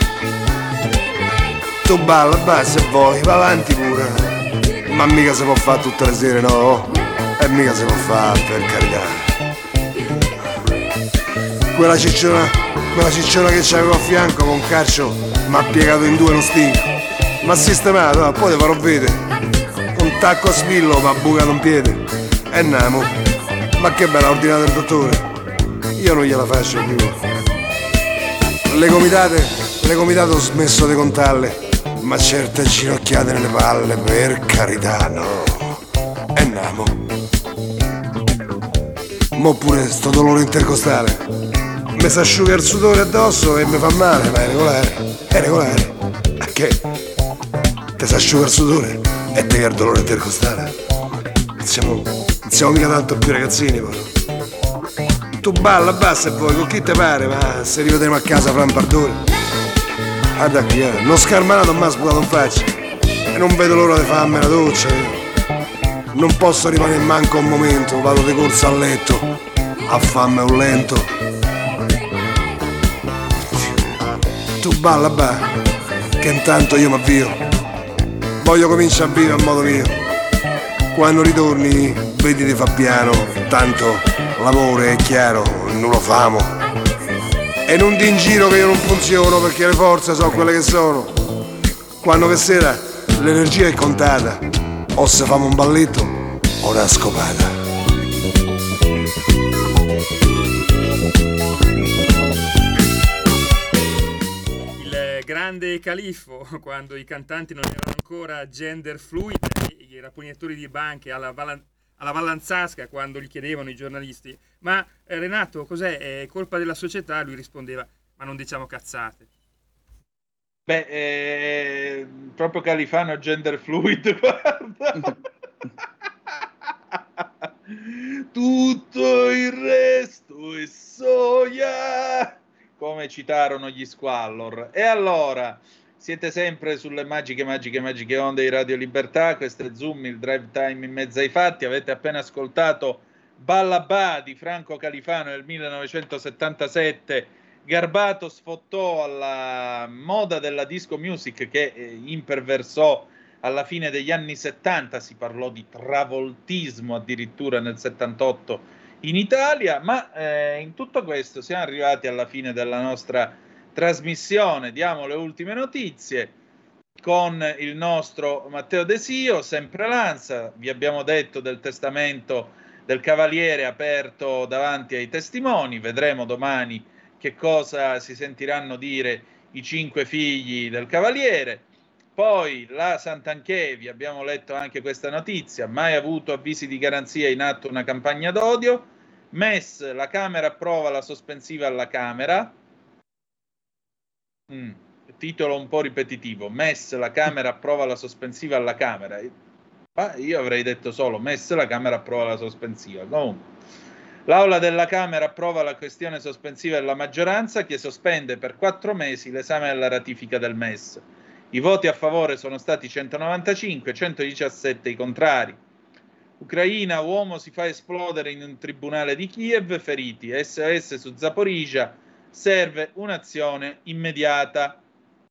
Tu balla, balla se vuoi, va avanti pure. Ma mica si può fare tutte le sere, no? E mica si può fare, per carità. Quella cicciona, quella cicciona che c'avevo a fianco con un calcio mi ha piegato in due lo stinco. Ma sistemato, no? Poi te farò vedere. Un tacco a spillo mi ha bucato un piede. E andiamo. Ma che bella, ha ordinato il dottore. Io non gliela faccio più. Le gomitate, le gomitate ho smesso di contarle. Ma certe ginocchiate nelle palle, per carità, no. E andiamo. mo pure sto dolore intercostale. Mi si asciuga il sudore addosso e mi fa male, ma è regolare, è regolare. A che? Ti si asciuga il sudore e te il dolore intercostale. Non siamo, non siamo mica tanto più ragazzini, poi. Tu balla, basta e poi, con chi te pare, ma se rivedremo a casa fra un pardone. Guarda qui, eh, non scarmanato mi ha sputato in faccia. E non vedo l'ora di farmi una doccia. Eh. Non posso rimanere manco un momento, vado di corsa a letto, a farmi un lento. Tu balla, balla, che intanto io mi avvio. Voglio cominciare a vivere a modo mio. Quando ritorni, vedi di fa piano, tanto l'amore è chiaro, non lo famo. E non ti in giro che io non funziono, perché le forze sono quelle che sono. Quando che sera l'energia è contata, o se famo un balletto o una scopata. Il grande califfo, quando i cantanti non erano ancora gender fluid, i rapinatori di banche alla, Val- alla Vallanzasca, quando gli chiedevano i giornalisti ma eh, Renato, cos'è? È colpa della società? Lui rispondeva, ma non diciamo cazzate. Beh, eh, proprio Califano gender fluid, guarda. Tutto il resto è soia, come citarono gli Squallor. E allora, siete sempre sulle magiche, magiche, magiche onde di Radio Libertà. Questo è Zoom, il drive time in mezzo ai fatti. Avete appena ascoltato Balla Ba di Franco Califano nel millenovecentosettantasette. Garbato sfottò alla moda della disco music che eh, imperversò alla fine degli anni settanta, si parlò di travoltismo addirittura nel settantotto in Italia, ma eh, in tutto questo siamo arrivati alla fine della nostra trasmissione. Diamo le ultime notizie con il nostro Matteo Desio, sempre l'Ansa. Vi abbiamo detto del testamento del Cavaliere aperto davanti ai testimoni, vedremo domani che cosa si sentiranno dire i cinque figli del Cavaliere. Poi la Santanchè, vi abbiamo letto anche questa notizia, mai avuto avvisi di garanzia, in atto una campagna d'odio. M E S, la Camera approva la sospensiva alla Camera. Mm, titolo un po' ripetitivo. M E S, la Camera approva la sospensiva alla Camera. Ah, io avrei detto solo M E S, la Camera approva la sospensiva. Comunque. L'Aula della Camera approva la questione sospensiva della maggioranza che sospende per quattro mesi l'esame della ratifica del M E S. I voti a favore sono stati centonovantacinque, centodiciassette i contrari. Ucraina, uomo si fa esplodere in un tribunale di Kiev, feriti. S O S su Zaporizhzhia, serve un'azione immediata.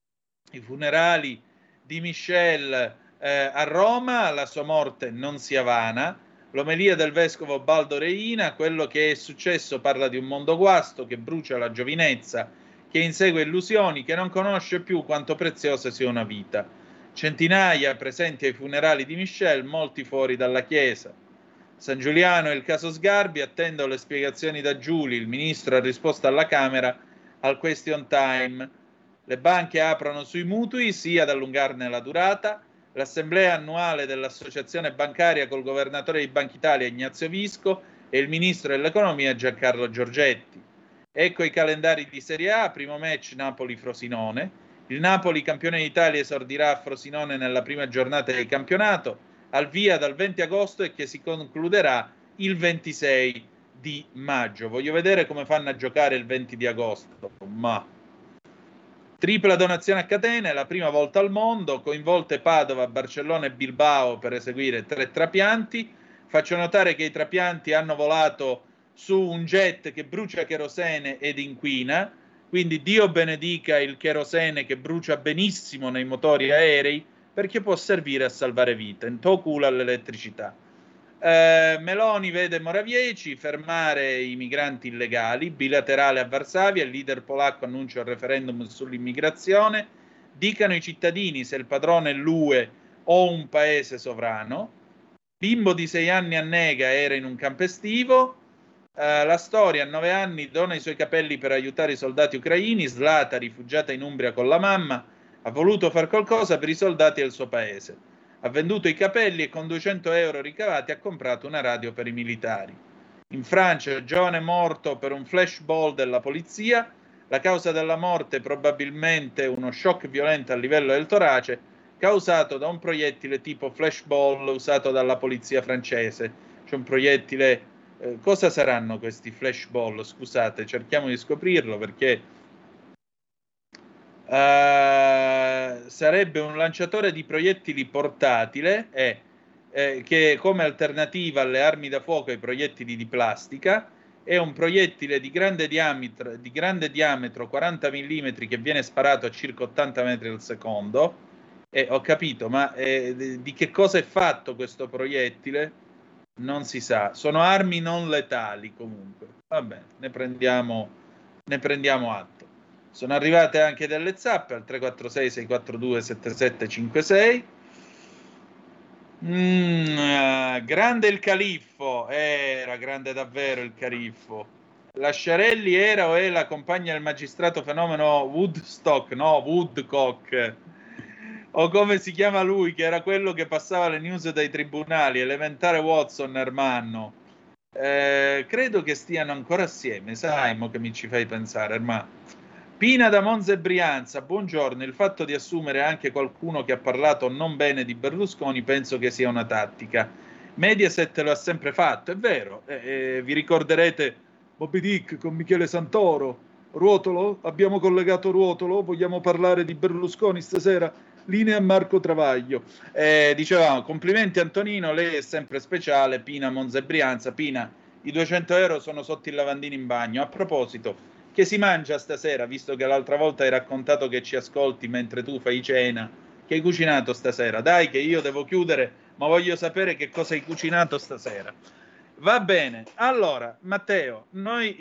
I funerali di Michel eh, a Roma, alla sua morte non sia vana. L'omelia del vescovo Baldo Reina, quello che è successo parla di un mondo guasto che brucia la giovinezza, che insegue illusioni, che non conosce più quanto preziosa sia una vita. Centinaia presenti ai funerali di Michel, molti fuori dalla chiesa. San Giuliano e il caso Sgarbi, attendo le spiegazioni da Giuli, il ministro ha risposto alla Camera al question time. Le banche aprono sui mutui, sì ad allungarne la durata. L'assemblea annuale dell'associazione bancaria col governatore di Banca Italia Ignazio Visco e il ministro dell'economia Giancarlo Giorgetti. Ecco i calendari di Serie A, primo match Napoli-Frosinone. Il Napoli campione d'Italia esordirà a Frosinone nella prima giornata del campionato, al via dal venti agosto e che si concluderà il ventisei di maggio. Voglio vedere come fanno a giocare il venti di agosto, ma... Tripla donazione a catene, la prima volta al mondo, coinvolte Padova, Barcellona e Bilbao per eseguire tre trapianti. Faccio notare che i trapianti hanno volato su un jet che brucia cherosene ed inquina, quindi Dio benedica il cherosene che brucia benissimo nei motori aerei, perché può servire a salvare vite. In to culo all'elettricità. Eh, Meloni vede Morawiecki fermare i migranti illegali, bilaterale a Varsavia, il leader polacco annuncia il referendum sull'immigrazione, dicano i cittadini se il padrone è l'U E o un paese sovrano. Bimbo di sei anni annega, era in un campo estivo. Eh, la storia, a nove anni dona i suoi capelli per aiutare i soldati ucraini. Zlata, rifugiata in Umbria con la mamma, ha voluto far qualcosa per i soldati del suo paese. Ha venduto i capelli e con duecento euro ricavati ha comprato una radio per i militari. In Francia, giovane morto per un flashball della polizia. La causa della morte probabilmente uno shock violento a livello del torace causato da un proiettile tipo flashball usato dalla polizia francese. C'è un proiettile... Eh, cosa saranno questi flashball? Scusate, cerchiamo di scoprirlo perché uh, sarebbe un lanciatore di proiettili portatile e eh, che come alternativa alle armi da fuoco e ai proiettili di plastica è un proiettile di grande diametro, di grande diametro quaranta millimetri che viene sparato a circa ottanta metri al secondo. E ho capito, ma eh, di che cosa è fatto questo proiettile? Non si sa. Sono armi non letali comunque. Va bene, ne prendiamo, ne prendiamo atto. Sono arrivate anche delle zappe al tre quattro sei sei quattro due sette sette cinque sei. Mm, uh, grande il califfo, era grande davvero il califfo. La Sciarelli era o è la compagna del magistrato fenomeno Woodstock, no, Woodcock, o come si chiama lui, che era quello che passava le news dai tribunali, elementare Watson, Ermanno. Eh, credo che stiano ancora assieme, sai, mo che mi ci fai pensare, Ermanno. Pina da Monza e Brianza, buongiorno. Il fatto di assumere anche qualcuno che ha parlato non bene di Berlusconi penso che sia una tattica. Mediaset lo ha sempre fatto, è vero. Eh, eh, vi ricorderete Moby Dick con Michele Santoro, Ruotolo, abbiamo collegato Ruotolo, vogliamo parlare di Berlusconi stasera? Linea Marco Travaglio. Eh, dicevamo, complimenti Antonino, lei è sempre speciale. Pina, Monza e Brianza. Pina, i duecento euro sono sotto il lavandino in bagno. A proposito, che si mangia stasera, visto che l'altra volta hai raccontato che ci ascolti mentre tu fai cena? Che hai cucinato stasera? Dai che io devo chiudere, ma voglio sapere che cosa hai cucinato stasera. Va bene, allora Matteo, noi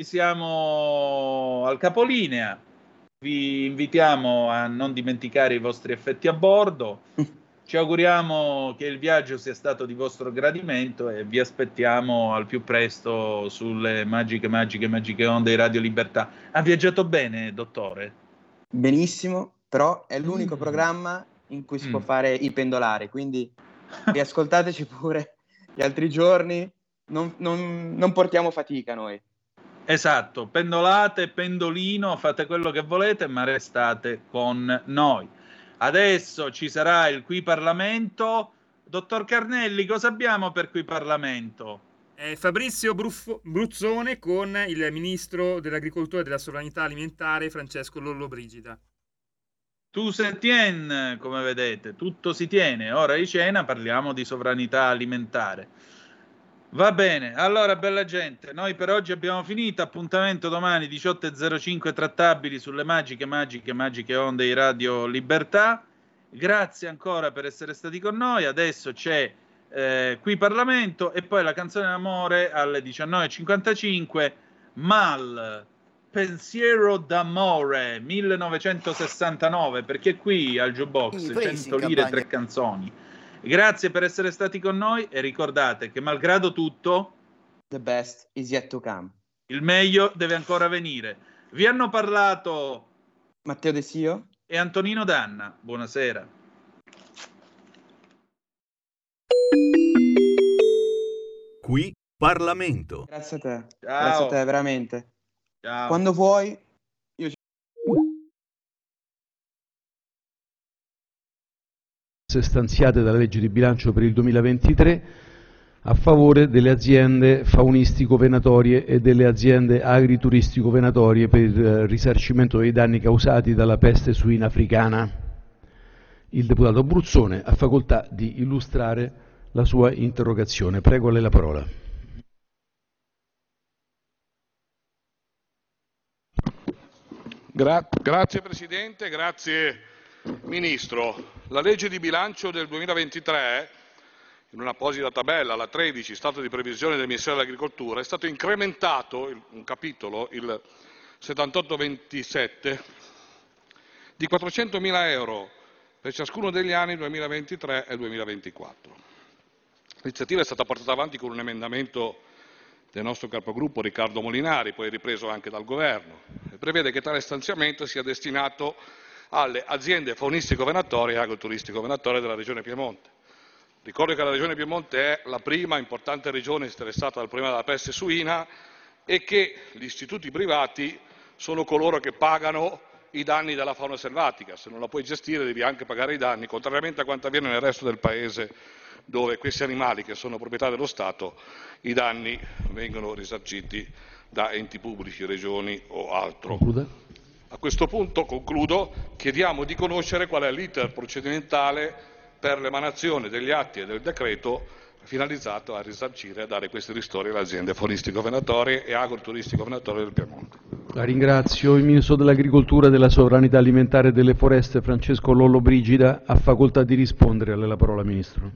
siamo al capolinea, vi invitiamo a non dimenticare i vostri effetti a bordo, ci auguriamo che il viaggio sia stato di vostro gradimento e vi aspettiamo al più presto sulle magiche, magiche, magiche onde di Radio Libertà. Ha viaggiato bene, dottore? Benissimo, però è l'unico mm. programma in cui si mm. può fare il pendolare, quindi riascoltateci pure gli altri giorni, non, non, non portiamo fatica noi. Esatto, pendolate, pendolino, fate quello che volete, ma restate con noi. Adesso ci sarà il Qui Parlamento. Dottor Carnelli, cosa abbiamo per Qui Parlamento? Eh, Fabrizio Bruffo, Bruzzone con il ministro dell'Agricoltura e della Sovranità Alimentare Francesco Lollobrigida. Tu se tien, come vedete, tutto si tiene. Ora di cena parliamo di sovranità alimentare. Va bene, allora bella gente, noi per oggi abbiamo finito, appuntamento domani diciotto e zero cinque trattabili sulle magiche, magiche, magiche onde di Radio Libertà. Grazie ancora per essere stati con noi, adesso c'è eh, Qui Parlamento e poi la canzone d'amore alle diciannove e cinquantacinque, Mal, Pensiero d'amore, millenovecentosessantanove, perché qui al Jukebox cento lire e tre canzoni. Grazie per essere stati con noi e ricordate che malgrado tutto, the best is yet to come. Il meglio deve ancora venire. Vi hanno parlato Matteo De Sio e Antonino Danna. Buonasera. Qui Parlamento. Grazie a te. Ciao. Grazie a te, veramente. Ciao. Quando vuoi. Stanziate dalla legge di bilancio per il duemilaventitré a favore delle aziende faunistico-venatorie e delle aziende agrituristico-venatorie per il risarcimento dei danni causati dalla peste suina africana. Il deputato Bruzzone ha facoltà di illustrare la sua interrogazione. Prego, a lei la parola. Gra- grazie Presidente, grazie Ministro. La legge di bilancio del duemilaventitré, in un'apposita tabella, la tredici, stato di previsione del Ministero dell'Agricoltura, è stato incrementato, il, un capitolo, il settantotto ventisette, di quattrocentomila euro per ciascuno degli anni duemilaventitré e duemilaventiquattro. L'iniziativa è stata portata avanti con un emendamento del nostro capogruppo Riccardo Molinari, poi ripreso anche dal Governo, e prevede che tale stanziamento sia destinato alle aziende faunistico-venatorie e agroturistico-venatorie della Regione Piemonte. Ricordo che la Regione Piemonte è la prima importante regione interessata dal problema della peste suina e che gli istituti privati sono coloro che pagano i danni della fauna selvatica. Se non la puoi gestire devi anche pagare i danni, contrariamente a quanto avviene nel resto del Paese, dove questi animali, che sono proprietà dello Stato, i danni vengono risarciti da enti pubblici, regioni o altro. A questo punto, concludo, chiediamo di conoscere qual è l'iter procedimentale per l'emanazione degli atti e del decreto finalizzato a risarcire e a dare questi ristori alle aziende faunistico-venatorie e agroturistico-venatorie del Piemonte. La ringrazio. Il Ministro dell'Agricoltura, della Sovranità Alimentare e delle Foreste, Francesco Lollobrigida, ha facoltà di rispondere. A lei la parola, Ministro.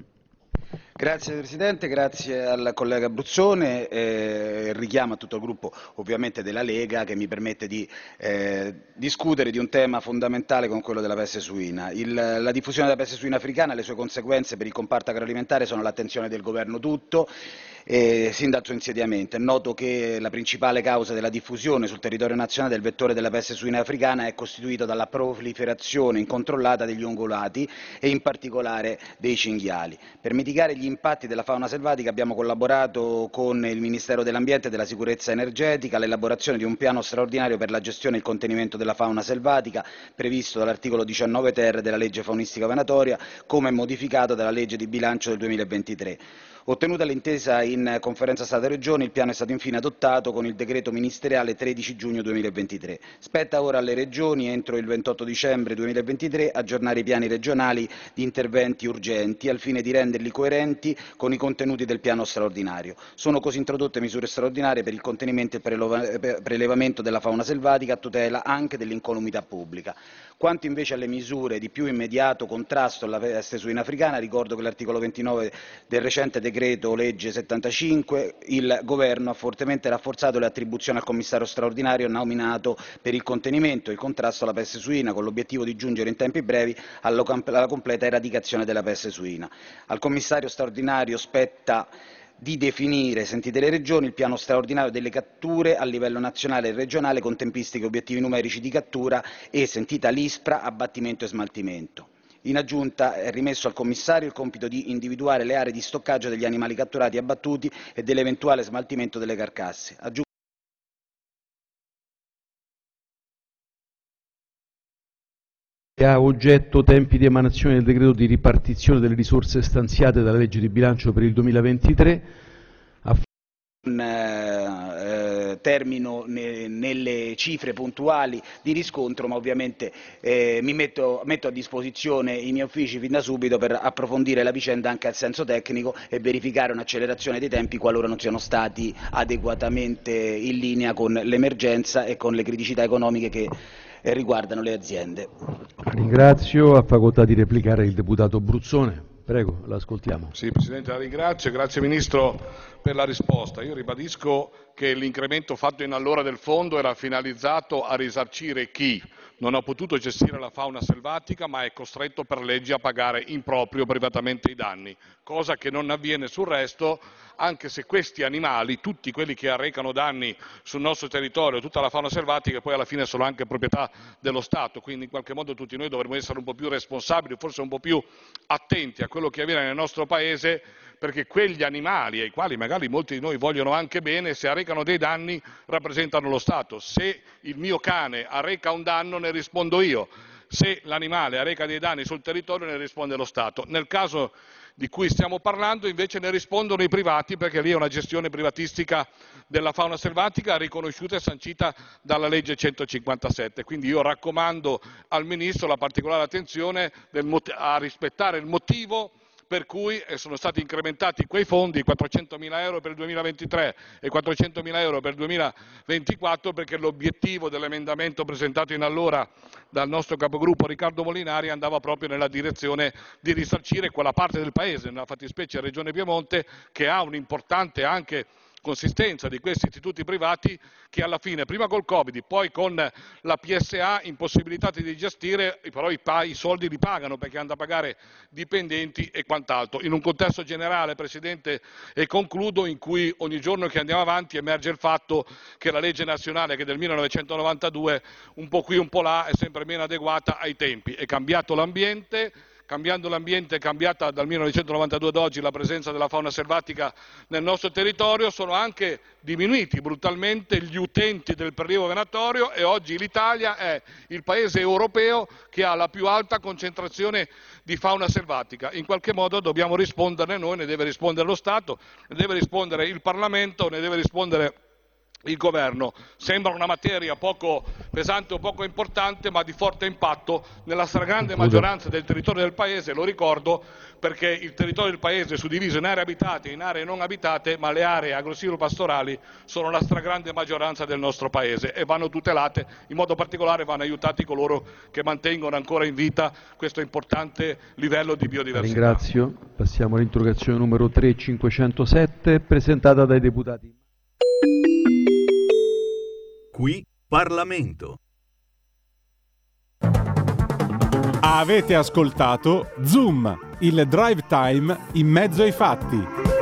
Grazie Presidente, grazie al collega Bruzzone, eh, richiamo a tutto il gruppo ovviamente della Lega che mi permette di eh, discutere di un tema fondamentale come quello della peste suina. Il, la diffusione della peste suina africana e le sue conseguenze per il comparto agroalimentare sono all'attenzione del Governo tutto. Eh, sin dal suo insediamento. È noto che la principale causa della diffusione sul territorio nazionale del vettore della peste suina africana è costituita dalla proliferazione incontrollata degli ungulati e in particolare dei cinghiali. Per mitigare gli impatti della fauna selvatica abbiamo collaborato con il Ministero dell'Ambiente e della Sicurezza Energetica all'elaborazione di un piano straordinario per la gestione e il contenimento della fauna selvatica previsto dall'articolo diciannove ter della legge faunistica venatoria, come modificato dalla legge di bilancio del duemilaventitré. Ottenuta l'intesa in conferenza Stato-Regioni, il piano è stato infine adottato con il decreto ministeriale tredici giugno duemilaventitré. Spetta ora alle Regioni, entro il ventotto dicembre duemilaventitré, aggiornare i piani regionali di interventi urgenti al fine di renderli coerenti con i contenuti del piano straordinario. Sono così introdotte misure straordinarie per il contenimento e il prelevamento della fauna selvatica a tutela anche dell'incolumità pubblica. Quanto invece alle misure di più immediato contrasto alla peste suina africana, ricordo che l'articolo ventinove del recente decreto legge settantacinque, il Governo ha fortemente rafforzato le attribuzioni al commissario straordinario nominato per il contenimento e il contrasto alla peste suina, con l'obiettivo di giungere in tempi brevi alla completa eradicazione della peste suina. Al commissario straordinario spetta di definire, sentite le Regioni, il piano straordinario delle catture a livello nazionale e regionale con tempistiche e obiettivi numerici di cattura e, sentita l'ISPRA, abbattimento e smaltimento. In aggiunta è rimesso al commissario il compito di individuare le aree di stoccaggio degli animali catturati e abbattuti e dell'eventuale smaltimento delle carcasse. Aggiung- ha oggetto tempi di emanazione del decreto di ripartizione delle risorse stanziate dalla legge di bilancio per il duemilaventitré. Un eh, termino ne, nelle cifre puntuali di riscontro, ma ovviamente eh, mi metto, metto a disposizione i miei uffici fin da subito per approfondire la vicenda anche al senso tecnico e verificare un'accelerazione dei tempi qualora non siano stati adeguatamente in linea con l'emergenza e con le criticità economiche che eh, riguardano le aziende. Ringrazio, ha facoltà di replicare il deputato Bruzzone. Prego, l'ascoltiamo. Sì, Presidente, la ringrazio. Grazie Ministro per la risposta. Io ribadisco che l'incremento fatto in allora del fondo era finalizzato a risarcire chi non ha potuto gestire la fauna selvatica ma è costretto per legge a pagare in proprio privatamente i danni, cosa che non avviene sul resto, anche se questi animali, tutti quelli che arrecano danni sul nostro territorio, tutta la fauna selvatica, poi alla fine sono anche proprietà dello Stato, quindi in qualche modo tutti noi dovremmo essere un po' più responsabili, forse un po' più attenti a quello che avviene nel nostro Paese, perché quegli animali ai quali magari molti di noi vogliono anche bene, se arrecano dei danni rappresentano lo Stato. Se il mio cane arreca un danno ne rispondo io, se l'animale arreca dei danni sul territorio ne risponde lo Stato. Nel caso di cui stiamo parlando invece ne rispondono i privati, perché lì è una gestione privatistica della fauna selvatica riconosciuta e sancita dalla legge centocinquantasette. Quindi io raccomando al Ministro la particolare attenzione del, a rispettare il motivo per cui sono stati incrementati quei fondi, quattrocentomila euro per il duemilaventitré e quattrocentomila euro per il duemilaventiquattro, perché l'obiettivo dell'emendamento presentato in allora dal nostro capogruppo Riccardo Molinari andava proprio nella direzione di risarcire quella parte del Paese, nella fattispecie Regione Piemonte, che ha un'importante anche consistenza di questi istituti privati che alla fine, prima col Covid, poi con la P S A, impossibilitati di gestire, però i, i soldi li pagano perché hanno da pagare dipendenti e quant'altro. In un contesto generale, Presidente, e concludo, in cui ogni giorno che andiamo avanti emerge il fatto che la legge nazionale, che è del millenovecentonovantadue, un po' qui un po' là, è sempre meno adeguata ai tempi. È cambiato l'ambiente, cambiando l'ambiente, è cambiata dal millenovecentonovantadue ad oggi la presenza della fauna selvatica nel nostro territorio, sono anche diminuiti brutalmente gli utenti del prelievo venatorio e oggi l'Italia è il paese europeo che ha la più alta concentrazione di fauna selvatica. In qualche modo dobbiamo risponderne noi, ne deve rispondere lo Stato, ne deve rispondere il Parlamento, ne deve rispondere il governo. Sembra una materia poco pesante o poco importante, ma di forte impatto nella stragrande maggioranza del territorio del paese, lo ricordo perché il territorio del paese è suddiviso in aree abitate e in aree non abitate, ma le aree agro-silvo-pastorali sono la stragrande maggioranza del nostro paese e vanno tutelate, in modo particolare vanno aiutati coloro che mantengono ancora in vita questo importante livello di biodiversità. Ringrazio. Passiamo all'interrogazione numero tre cinquecentosette presentata dai deputati. Qui Parlamento. Avete ascoltato Zoom, il drive time in mezzo ai fatti.